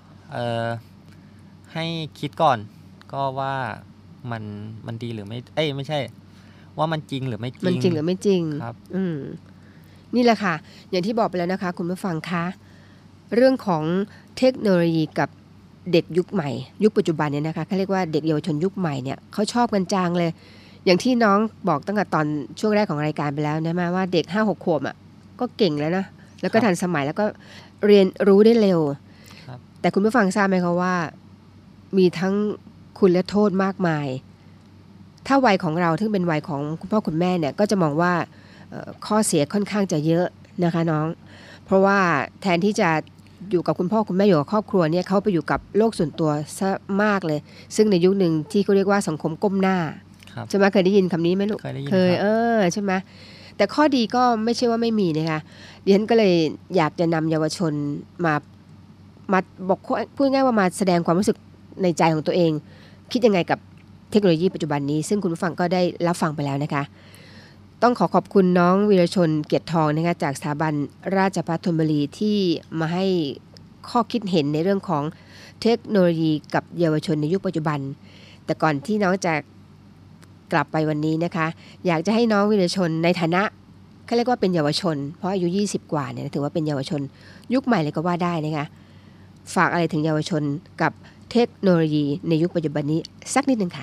ให้คิดก่อน ก็ว่ามันดีหรือไม่ไม่ใช่ ว่ามันจริงหรือไม่จริงมันจริงหรือไม่จริงครับอืมนี่แหละค่ะ อย่างที่บอกไปแล้วนะคะ คุณผู้ฟังคะเรื่องของเทคโนโลยีกับเด็กยุคใหม่ ยุคปัจจุบันเนี่ยนะคะเขาเรียกว่าเด็กเยาวชนยุคใหม่เนี่ยเขาชอบกันจังเลย อย่างที่น้องบอกตั้งแต่ตอนช่วงแรกของรายการไปแล้วนะมาว่าเด็ก5-6 ขวบอ่ะก็เก่งแล้วนะแล้วก็ทันสมัยแล้วก็เรียนรู้ได้เร็วครับแต่คุณผู้ฟังทราบไหมคะว่า มีทั้งคุณและโทษมากมาย ถ้าวัยของเราที่เป็นวัยของคุณพ่อคุณแม่เนี่ยก็จะมองว่าข้อเสียค่อนข้างจะเยอะนะคะน้อง เพราะว่าแทนที่จะอยู่กับคุณพ่อคุณแม่อยู่กับครอบครัวเนี่ยเขาไปอยู่กับโลกส่วนตัวซะมากเลย ซึ่งในยุคหนึ่งที่เขาเรียกว่าสังคมก้มหน้าครับใช่ไหมเคยได้ยินคำนี้ไหมลูกเคยได้ยินเคยครับใช่ไหมแต่ข้อดีก็ไม่ใช่ว่าไม่มีนะคะดิฉันก็เลยอยากจะนำเยาวชนมาบอกพูดง่ายว่ามาแสดงความรู้สึกในใจของตัวเอง คิดยังไงกับเทคโนโลยีปัจจุบันนี้ซึ่งคุณผู้ฟังก็ได้รับฟังไปแล้วนะคะ ต้องขอบคุณน้องวีรชนเกียรติทองนะคะจากสถาบันราชภัฏธนบุรีที่มาให้ข้อคิดเห็นในเรื่องของเทคโนโลยีกับเยาวชนในยุคปัจจุบัน แต่ก่อนที่น้องจะกลับไปวันนี้นะคะ อยากจะให้น้องวีรชนในฐานะเขาเรียกว่าเป็นเยาวชน เพราะอายุ20 กว่าเนี่ยถือว่าเป็นเยาวชนยุคใหม่เลยก็ว่าได้นะคะฝากอะไรถึงเยาวชนกับเทคโนโลยีในยุคปัจจุบันนี้สักนิดนึงค่ะ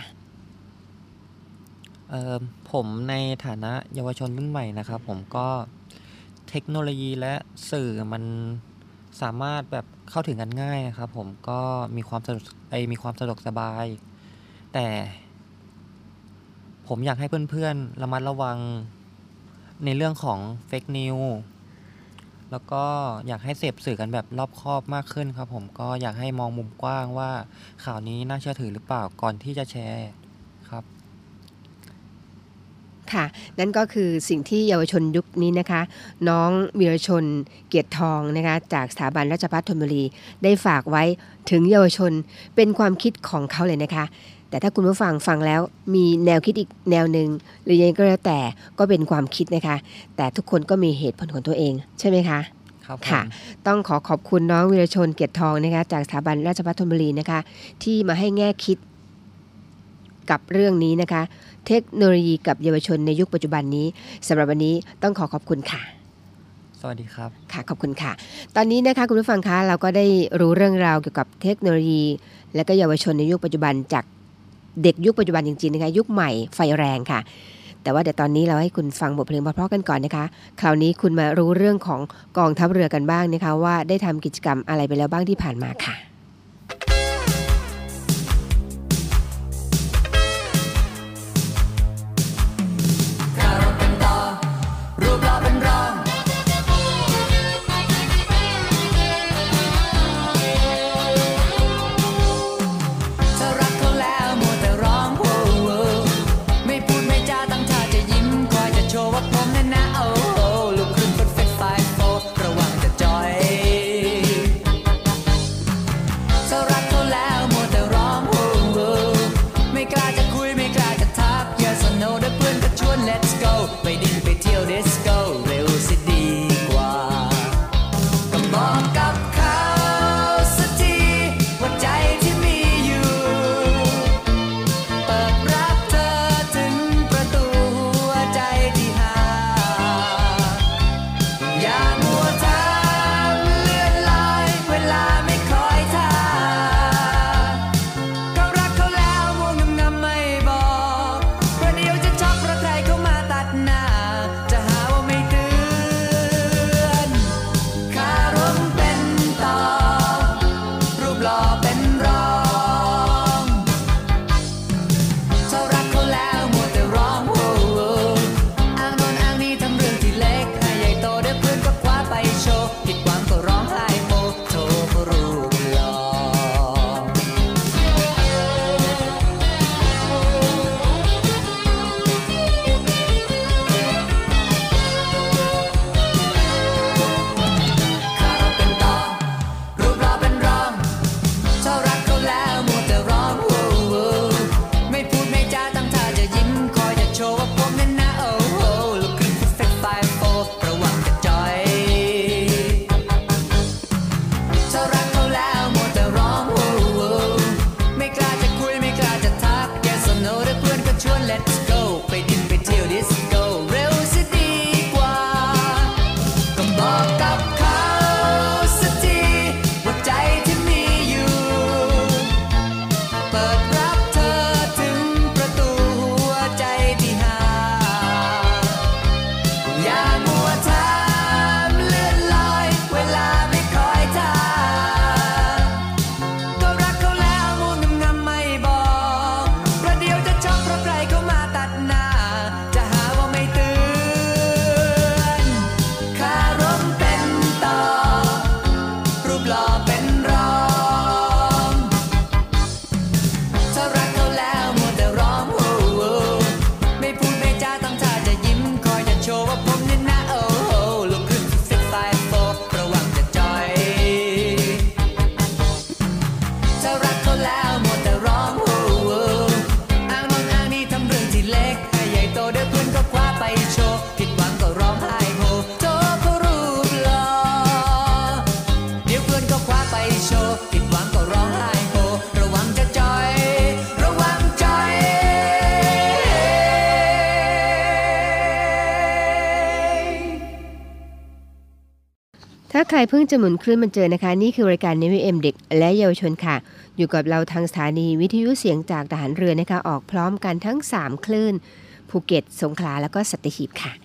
ผมในฐานะเยาวชนรุ่นใหม่นะครับ ผมก็เทคโนโลยีและสื่อมันสามารถแบบเข้าถึงกันง่ายนะครับผมก็มีความสะดวกสบาย แต่ผมอยากให้เพื่อนๆระมัดระวังในเรื่องของเฟกนิวแล้วก็อยากให้เสพสื่อกันแบบรอบคอบมากขึ้นครับผมก็อยากให้มองมุมกว้างว่าข่าวนี้น่าเชื่อถือหรือเปล่าก่อนที่จะแชร์ครับค่ะนั่นก็คือสิ่งที่เยาวชนยุคนี้นะคะน้องวีรชนเกียรติทองนะคะจากสถาบันราชภัฏธนบุรีได้ฝากไว้ถึงเยาวชนเป็นความคิดของเขาเลยนะคะแต่ถ้าคุณผู้ฟังฟังแล้วมีแนวคิดอีกแนวหนึ่งหรือยังไงก็แล้วแต่ก็เป็นความคิดนะคะแต่ทุกคนก็มีเหตุผลของตัวเองใช่ไหมคะครับค่ะต้องขอบคุณน้องวีรชนเกียรติทองนะคะจากสถาบันราชภัฏธนบุรีนะคะที่มาให้แง่คิดกับเรื่องนี้นะคะเทคโนโลยีกับเยาวชนในยุคปัจจุบันนี้สำหรับวันนี้ต้องขอบคุณค่ะสวัสดีครับค่ะขอบคุณค่ะตอนนี้นะคะคุณผู้ฟังคะเราก็ได้รู้เรื่องราวเกี่ยวกับเทคโนโลยีและก็เยาวชนในยุคปัจจุบันจากเด็กยุคปัจจุบันจริงๆนะคะยุคใหม่ไฟแรงค่ะแต่ว่าเดี๋ยวตอนนี้เราให้คุณฟังบทเพลงเพราะๆกันก่อนนะคะคราวนี้คุณมารู้เรื่องของกองทัพเรือกันบ้างนะคะว่าได้ทำกิจกรรมอะไรไปแล้วบ้างที่ผ่านมาค่ะถ้าใครเพิ่งจะหมุนคลื่นมันเจอนะคะนี่คือรายการ Navy AM เด็กและเยาวชนค่ะอยู่กับเราทางสถานีวิทยุเสียงจากทหารเรือนะคะออกพร้อมกันทั้ง3คลื่นภูเก็ตสงขลาแล้วก็สัตหีบค่ะใน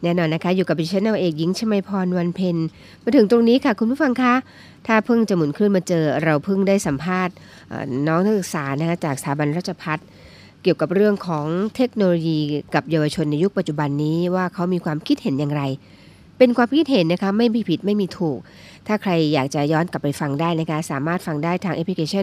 แน่นอนนะคะอยู่กับดิฉันนาวเอกหญิงชมัยพรวันเพ็ญมาถึงตรงนี้ค่ะคุณผู้ฟังคะถ้าเพิ่งจะหมุนคลื่นมาเจอเราเพิ่งได้สัมภาษณ์น้องนักศึกษานะคะจากสถาบันราชภัฏเกี่ยวกับเรื่องของเทคโนโลยีกับเยาวชนในยุคปัจจุบันนี้ว่าเขามีความคิดเห็นอย่างไรเป็นความคิดเห็นนะคะไม่มีผิดไม่มีถูกถ้าใครอยากจะย้อนกลับไปฟังได้นะคะสามารถฟังได้ทางแอปพลิเคชัน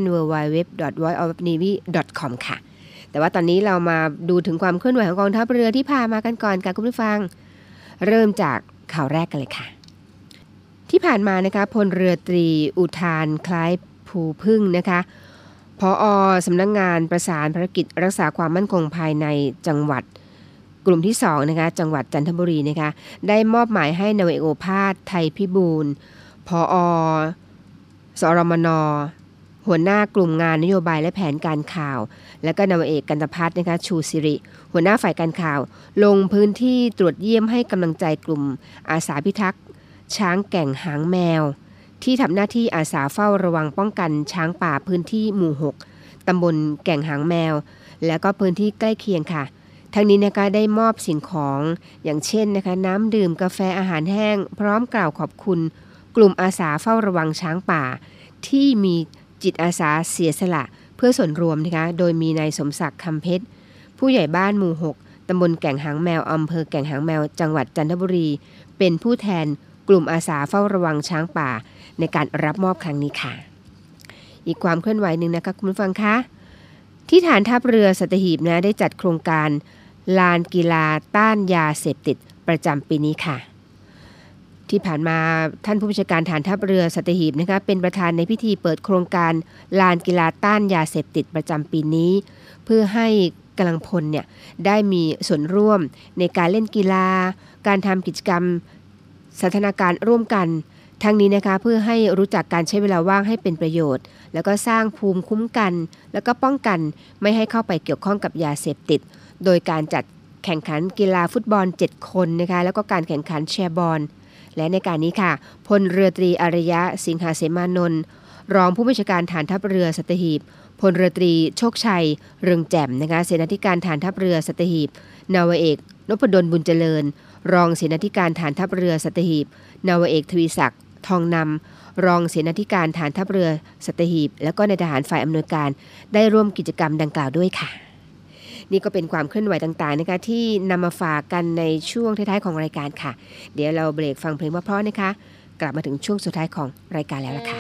www.voiceofnavy.com ค่ะแต่ว่าตอนนี้เรามาดูถึงความเคลื่อนไหวของกองทัพเรือที่พามากันก่อนค่ะคุณผู้ฟังเริ่มจากข่าวแรกกันเลยค่ะที่ผ่านมานะคะพลเรือตรีอุทานคล้ายภูพึ่งนะคะผอ.สำนักงานประสานภารกิจรักษาความมั่นคงภายในจังหวัดกลุ่มที่2นะคะจังหวัดจันทบุรีนะคะได้มอบหมายให้นาวาเอกโอภาสไทยพิบูลย์ผอ.สรมน.หัวหน้ากลุ่มงานนโยบายและแผนการข่าวและก็นาวาเอกกันตภัทรนะคะชูสิริหัวหน้าฝ่ายการข่าวลงพื้นที่ตรวจเยี่ยมให้กำลังใจกลุ่มอาสาพิทักษ์ช้างแก่งหางแมวที่ทำหน้าที่อาสาเฝ้าระวังป้องกันช้างป่าพื้นที่หมู่6ตำบลแก่งหางแมวและก็พื้นที่ใกล้เคียงค่ะทั้งนี้นะคะได้มอบสิ่งของอย่างเช่นนะคะน้ำดื่มกาแฟอาหารแห้งพร้อมกล่าวขอบคุณกลุ่มอาสาเฝ้าระวังช้างป่าที่มีจิตอาสาเสียสละเพื่อส่วนรวมนะคะโดยมีนายสมศักดิ์คำเพชรผู้ใหญ่บ้านหมู่6ตำบลแก่งหางแมวอำเภอแก่งหางแมวจังหวัดจันทบุรีเป็นผู้แทนกลุ่มอาสาเฝ้าระวังช้างป่าในการรับมอบครั้งนี้ค่ะอีกความเคลื่อนไหวหนึ่งนะคะคุณผู้ฟังคะที่ฐานทัพเรือสัตหีบนะได้จัดโครงการลานกีฬาต้านยาเสพติดประจำปีนี้ค่ะที่ผ่านมาท่านผู้บัญชาการฐานทัพเรือสัตหีบนะคะเป็นประธานในพิธีเปิดโครงการลานกีฬาต้านยาเสพติดประจำปีนี้เพื่อให้กำลังพลเนี่ยได้มีส่วนร่วมในการเล่นกีฬาการทำกิจกรรมสันทนาการร่วมกันทั้งนี้นะคะเพื่อให้รู้จักการใช้เวลาว่างให้เป็นประโยชน์แล้วก็สร้างภูมิคุ้มกันแล้วก็ป้องกันไม่ให้เข้าไปเกี่ยวข้องกับยาเสพติดโดยการจัดแข่งขันกีฬาฟุตบอล7คนนะคะแล้วก็การแข่งขันแชร์บอลและในการนี้ค่ะพลเรือตรีอารยะสิงหาเสมานนท์รองผู้บัญชาการฐานทัพเรือสัตหีบพลเรือตรีโชคชัยเรืองแจ่มนะคะเสนาธิการฐานทัพเรือสัตหีบนาวาเอกนพดลบุญเจริญรองเสนาธิการฐานทัพเรือสัตหีบนาวาเอกทวีศักดิ์ทองนำรองเสนาธิการฐานทัพเรือสัตหีบแล้วก็ในทหารฝ่ายอำนวยการได้ร่วมกิจกรรมดังกล่าวด้วยค่ะนี่ก็เป็นความเคลื่อนไหวต่างๆนะคะที่นำมาฝากกันในช่วงท้ายๆของรายการค่ะเดี๋ยวเราเบรกฟังเพลงเพราะๆนะคะกลับมาถึงช่วงสุดท้ายของรายการแล้วล่ะค่ะ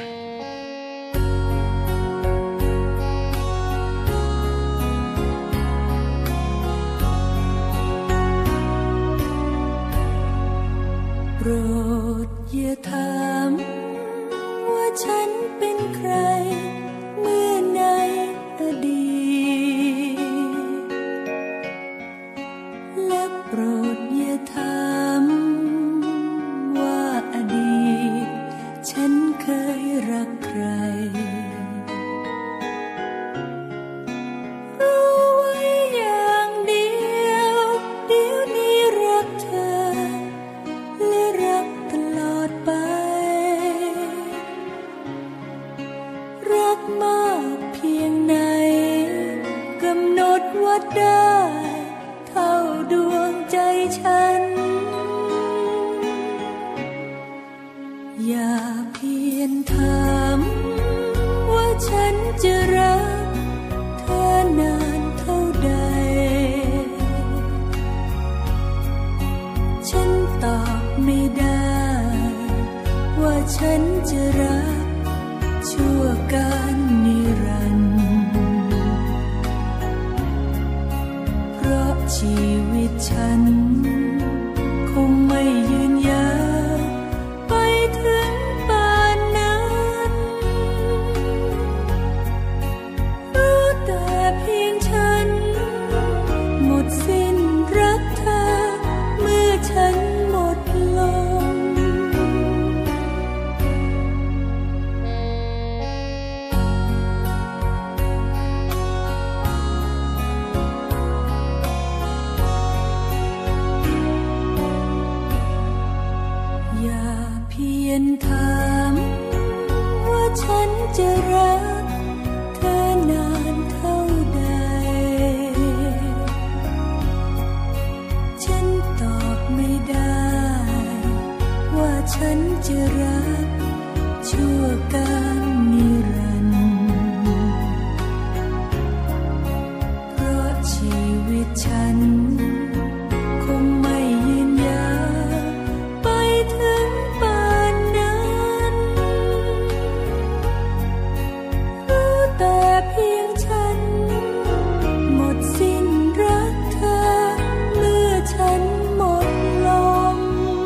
โปรดอย่าถามว่าฉันเป็นใครเมื่อในอดีตและโปรดอย่าถามว่าอดีตฉันเคยรักใครรู้ไว้อย่างเดียวเดี๋ยวนี้รักเธอและรักตลอดไปรักมากเพียงไหนกำหนดวัดได้เท่าดวงใจฉันอย่าเพียงถามว่าฉันจะรักเธอนานเท่าใดฉันตอบไม่ได้ว่าฉันจะรักชั่วกาลนิรันดร์เพราะชีวิตฉันคงไม่ยืนยาวไปถึงป่านนั้นจะรักชั่วการนิรันดร์เพราะชีวิตฉันคงไม่ยืนยาวไปถึงป่านนั้นรู้แต่เพียงฉันหมดสิ้นรักเธอเมื่อฉันหมดลม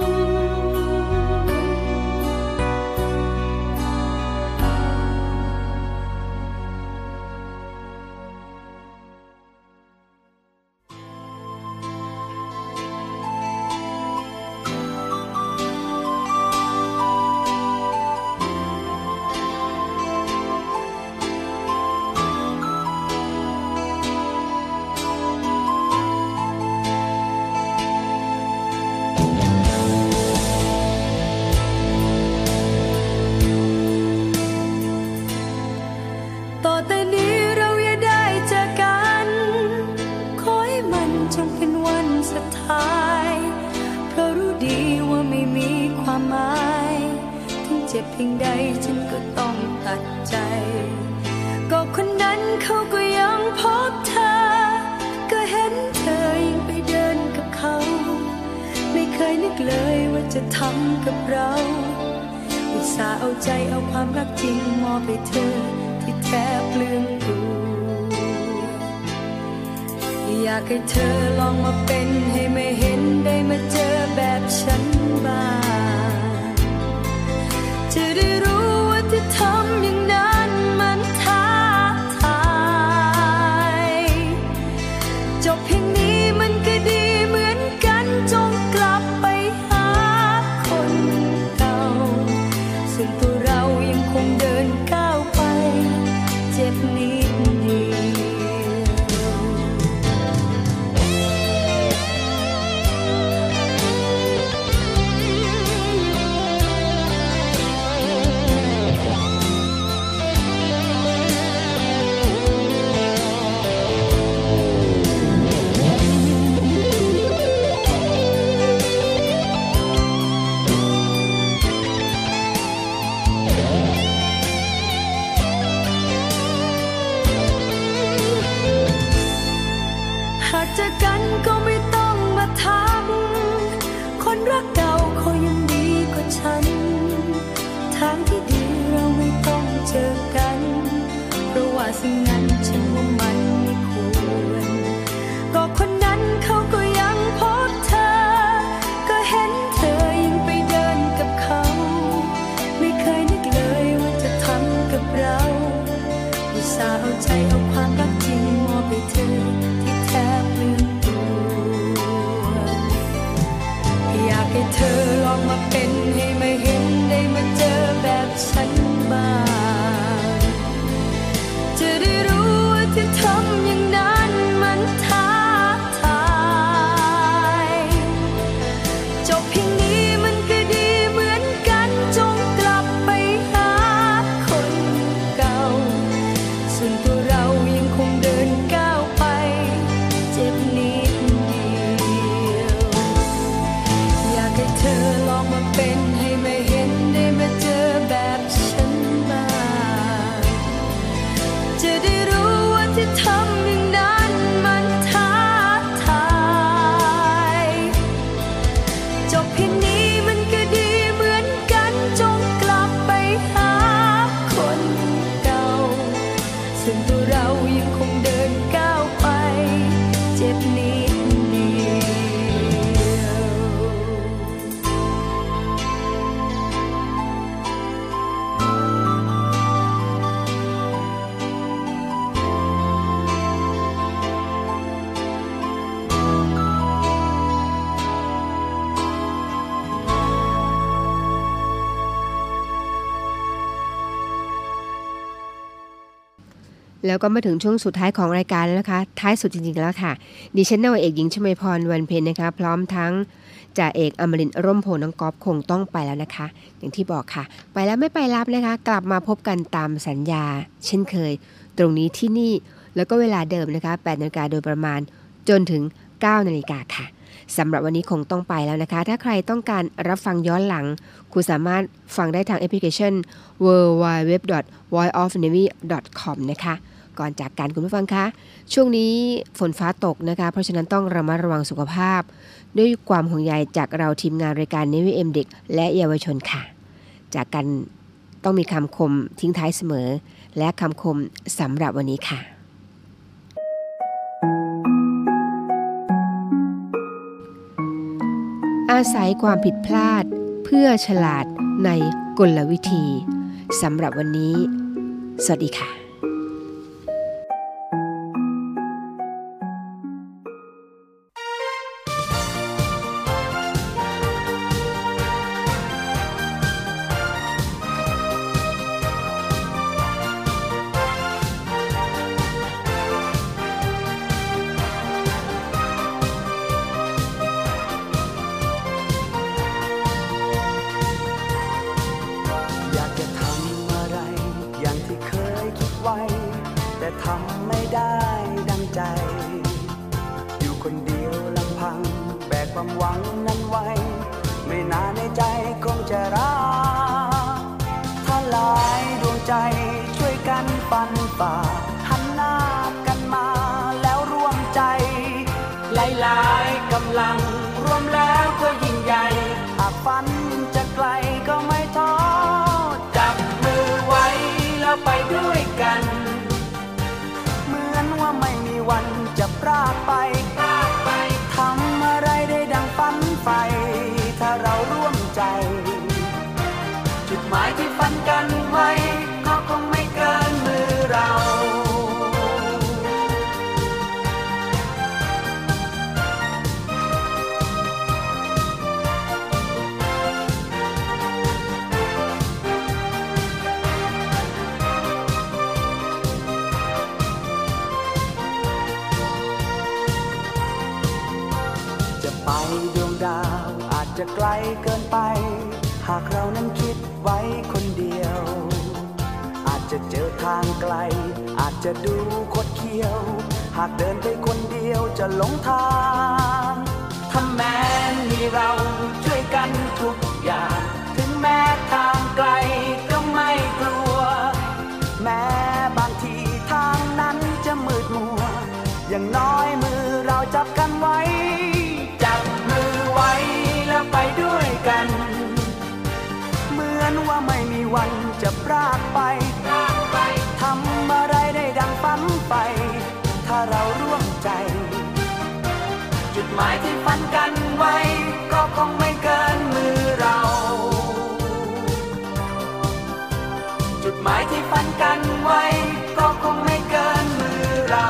ต่อแต่นี้เราอย่าได้เจอกันขอให้มันจงเป็นวันสุดท้ายเพราะรู้ดีว่าไม่มีความหมายถึงเจ็บเพียงใดฉันก็ต้องตัดใจก็คนนั้นเขาก็ยังพบเธอก็เห็นเธอยังไปเดินกับเขาไม่เคยนึกเลยว่าจะทำกับเราอุตส่าห์เอาใจเอาความรักจริงมอบให้เธอที่แทบลืมตัวอยากให้เธอลองมาเป็นให้ไม่เห็นได้มาเจอแบบฉันบ้างจะได้รู้ว่าที่ทำอย่างนั้นมันท้าทายจบเพียงนี้มันก็ดีเหมือนกันจงกลับไปหาคนเก่าซึ่งตัวเรายังคงเดินก้าวไปเจ็บนิดเดียวหากเจอกันก็ไม่ต้องมาถามคนรักเก่าเขายังดีกว่าฉันทางที่ดีเราไม่ต้องเจอกันเพราะว่าสิ่งนั้นฉันว่ามันไม่ควรก็คนนั้นเขาก็ยังพบเธอก็เห็นเธอยังไปเดินกับเขาไม่เคยนึกเลยว่าจะทำกับเราอุตส่าห์เอาใจเอาความรักจริงมอบให้เธอที่แทบลืมตัวอยากให้เธอลองมาเป็นให้ไม่เห็นได้มาเจอแบบฉันบ้างจะได้รู้ว่าที่ทำอย่างนั้นมันท้าทายจบเพียงนี้มันก็ดีเหมือนกันจงกลับไปหาคนเก่าส่วนตัวเรายังคงเดินก้าวไปเจ็บนิดเดียวอยากให้เธอลองมาเป็นให้ไม่เห็นได้มาเจอแบบฉันบ้างจะได้รู้ว่าที่ทำอย่างนั้นมันท้าทายจบเพียงนี้มันก็ดีเหมือนกันจงกลับไปหาคนเก่าซึ่งตัวเรายังคงเดินก้าวไปเจ็บนิดเดียวแล้วก็มาถึงช่วงสุดท้ายของรายการแล้วนะคะท้ายสุดจริงๆแล้วค่ะดิฉันนาวาเอกหญิงชมาพรวันเพ็ญนะคะพร้อมทั้งจ่าเอกอมรินทร์ร่มโพน้องก๊อฟคงต้องไปแล้วนะคะ อย่างที่บอกค่ะไปแล้วไม่ไปรับนะคะกลับมาพบกันตามสัญญาเช่นเคยตรงนี้ที่นี่แล้วก็เวลาเดิมนะคะ 8 นาฬิกาโดยประมาณจนถึง 9 นาฬิกาค่ะสำหรับวันนี้คงต้องไปแล้วนะคะถ้าใครต้องการรับฟังย้อนหลังคุณสามารถฟังได้ทางแอปพลิเคชัน www.voiceofnavy.com นะคะก่อนจากกันคุณผู้ฟังคะช่วงนี้ฝนฟ้าตกนะคะเพราะฉะนั้นต้องระมัดระวังสุขภาพด้วยความห่วงใยจากเราทีมงานรายการ Navy AM เด็กและเยาวชนค่ะจากกันต้องมีคำคมทิ้งท้ายเสมอและคำคมสำหรับวันนี้ค่ะอาศัยความผิดพลาดเพื่อฉลาดในกลวิธีสำหรับวันนี้สวัสดีค่ะจะไกลเกินไปหากเรานั้นคิดไว้คนเดียวอาจจะเจอทางไกลอาจจะดูคดเคี้ยวหากเดินไปคนเดียวจะหลงทางถ้าแม้มีเราช่วยกันทุกอย่างถึงแม้ทางไกลก็ไม่กลัวแม้บางทีทางนั้นจะมืดมัวอย่างน้อยมือเราจับกันไว้จับมือไว้แล้วไปด้วยกันเหมือนว่าไม่มีวันจะพรากไปทำอะไรได้ดังฝันไปถ้าเราร่วมใจจุดหมายที่ฝันกันไว้ก็คงไม่เกินมือเราจุดหมายที่ฝันกันไว้ก็คงไม่เกินมือเรา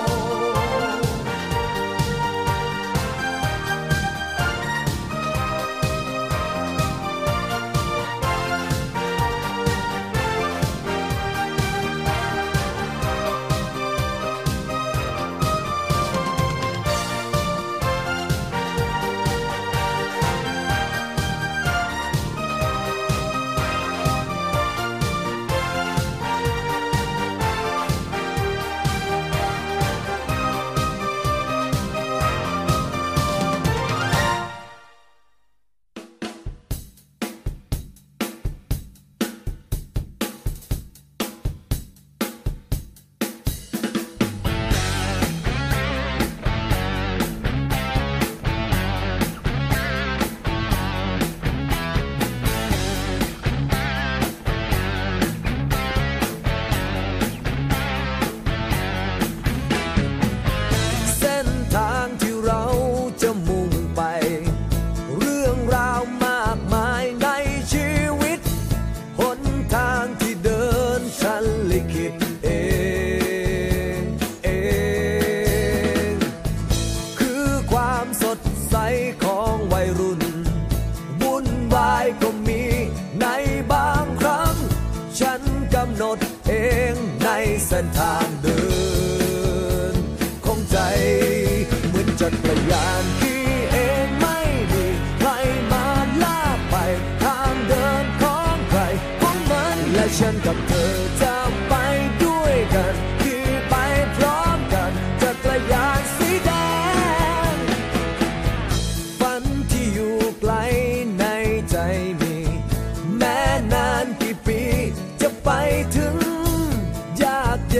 เส้นทางเดินของใจเหมือนจักรยานขี่เองไม่มีใครมาลากไปทางเดินของใครของมันและฉันกับเธอจะไปด้วยกันขี่ไปพร้อมกันจักรยานสีแดง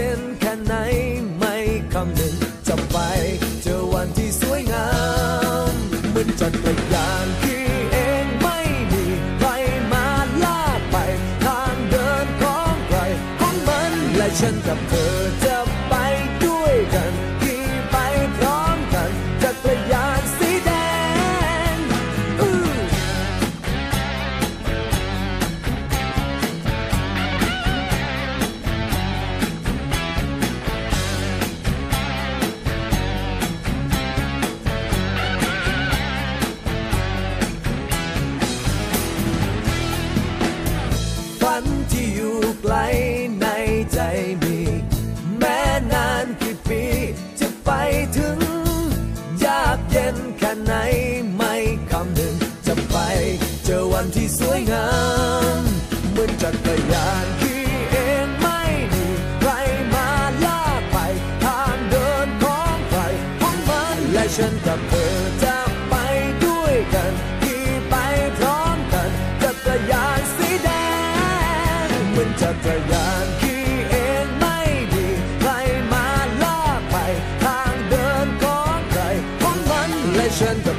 ย็นแค่ไหนไม่คำนึงจะไปเจอวันที่สวยงามเหมือนจักรยานขี่เองไม่มีใครมาลากไปทางเดินของใครของมันและฉันกับเธอจะไปด้วยกันขี่ไปพร้อมกันจักรยานสีแดงฝันที่อยู่ไกลในใจมีแม้นานกี่ปีจะไปถึงยากเย็นแค่ไหนไม่คำนึงจะไปเจอวันที่สวยงามเหมือนจักรยานขี่เองไม่มีใครมาลากไปทางเดินของใครของมันและฉันกับเธอจะไปด้วยกันขี่ไปพร้อมกันจักรยานสีแดงเหมือนจักรยานขี่เองไม่มีใครมาลากไปทางเดินของใครของมันและฉันกับ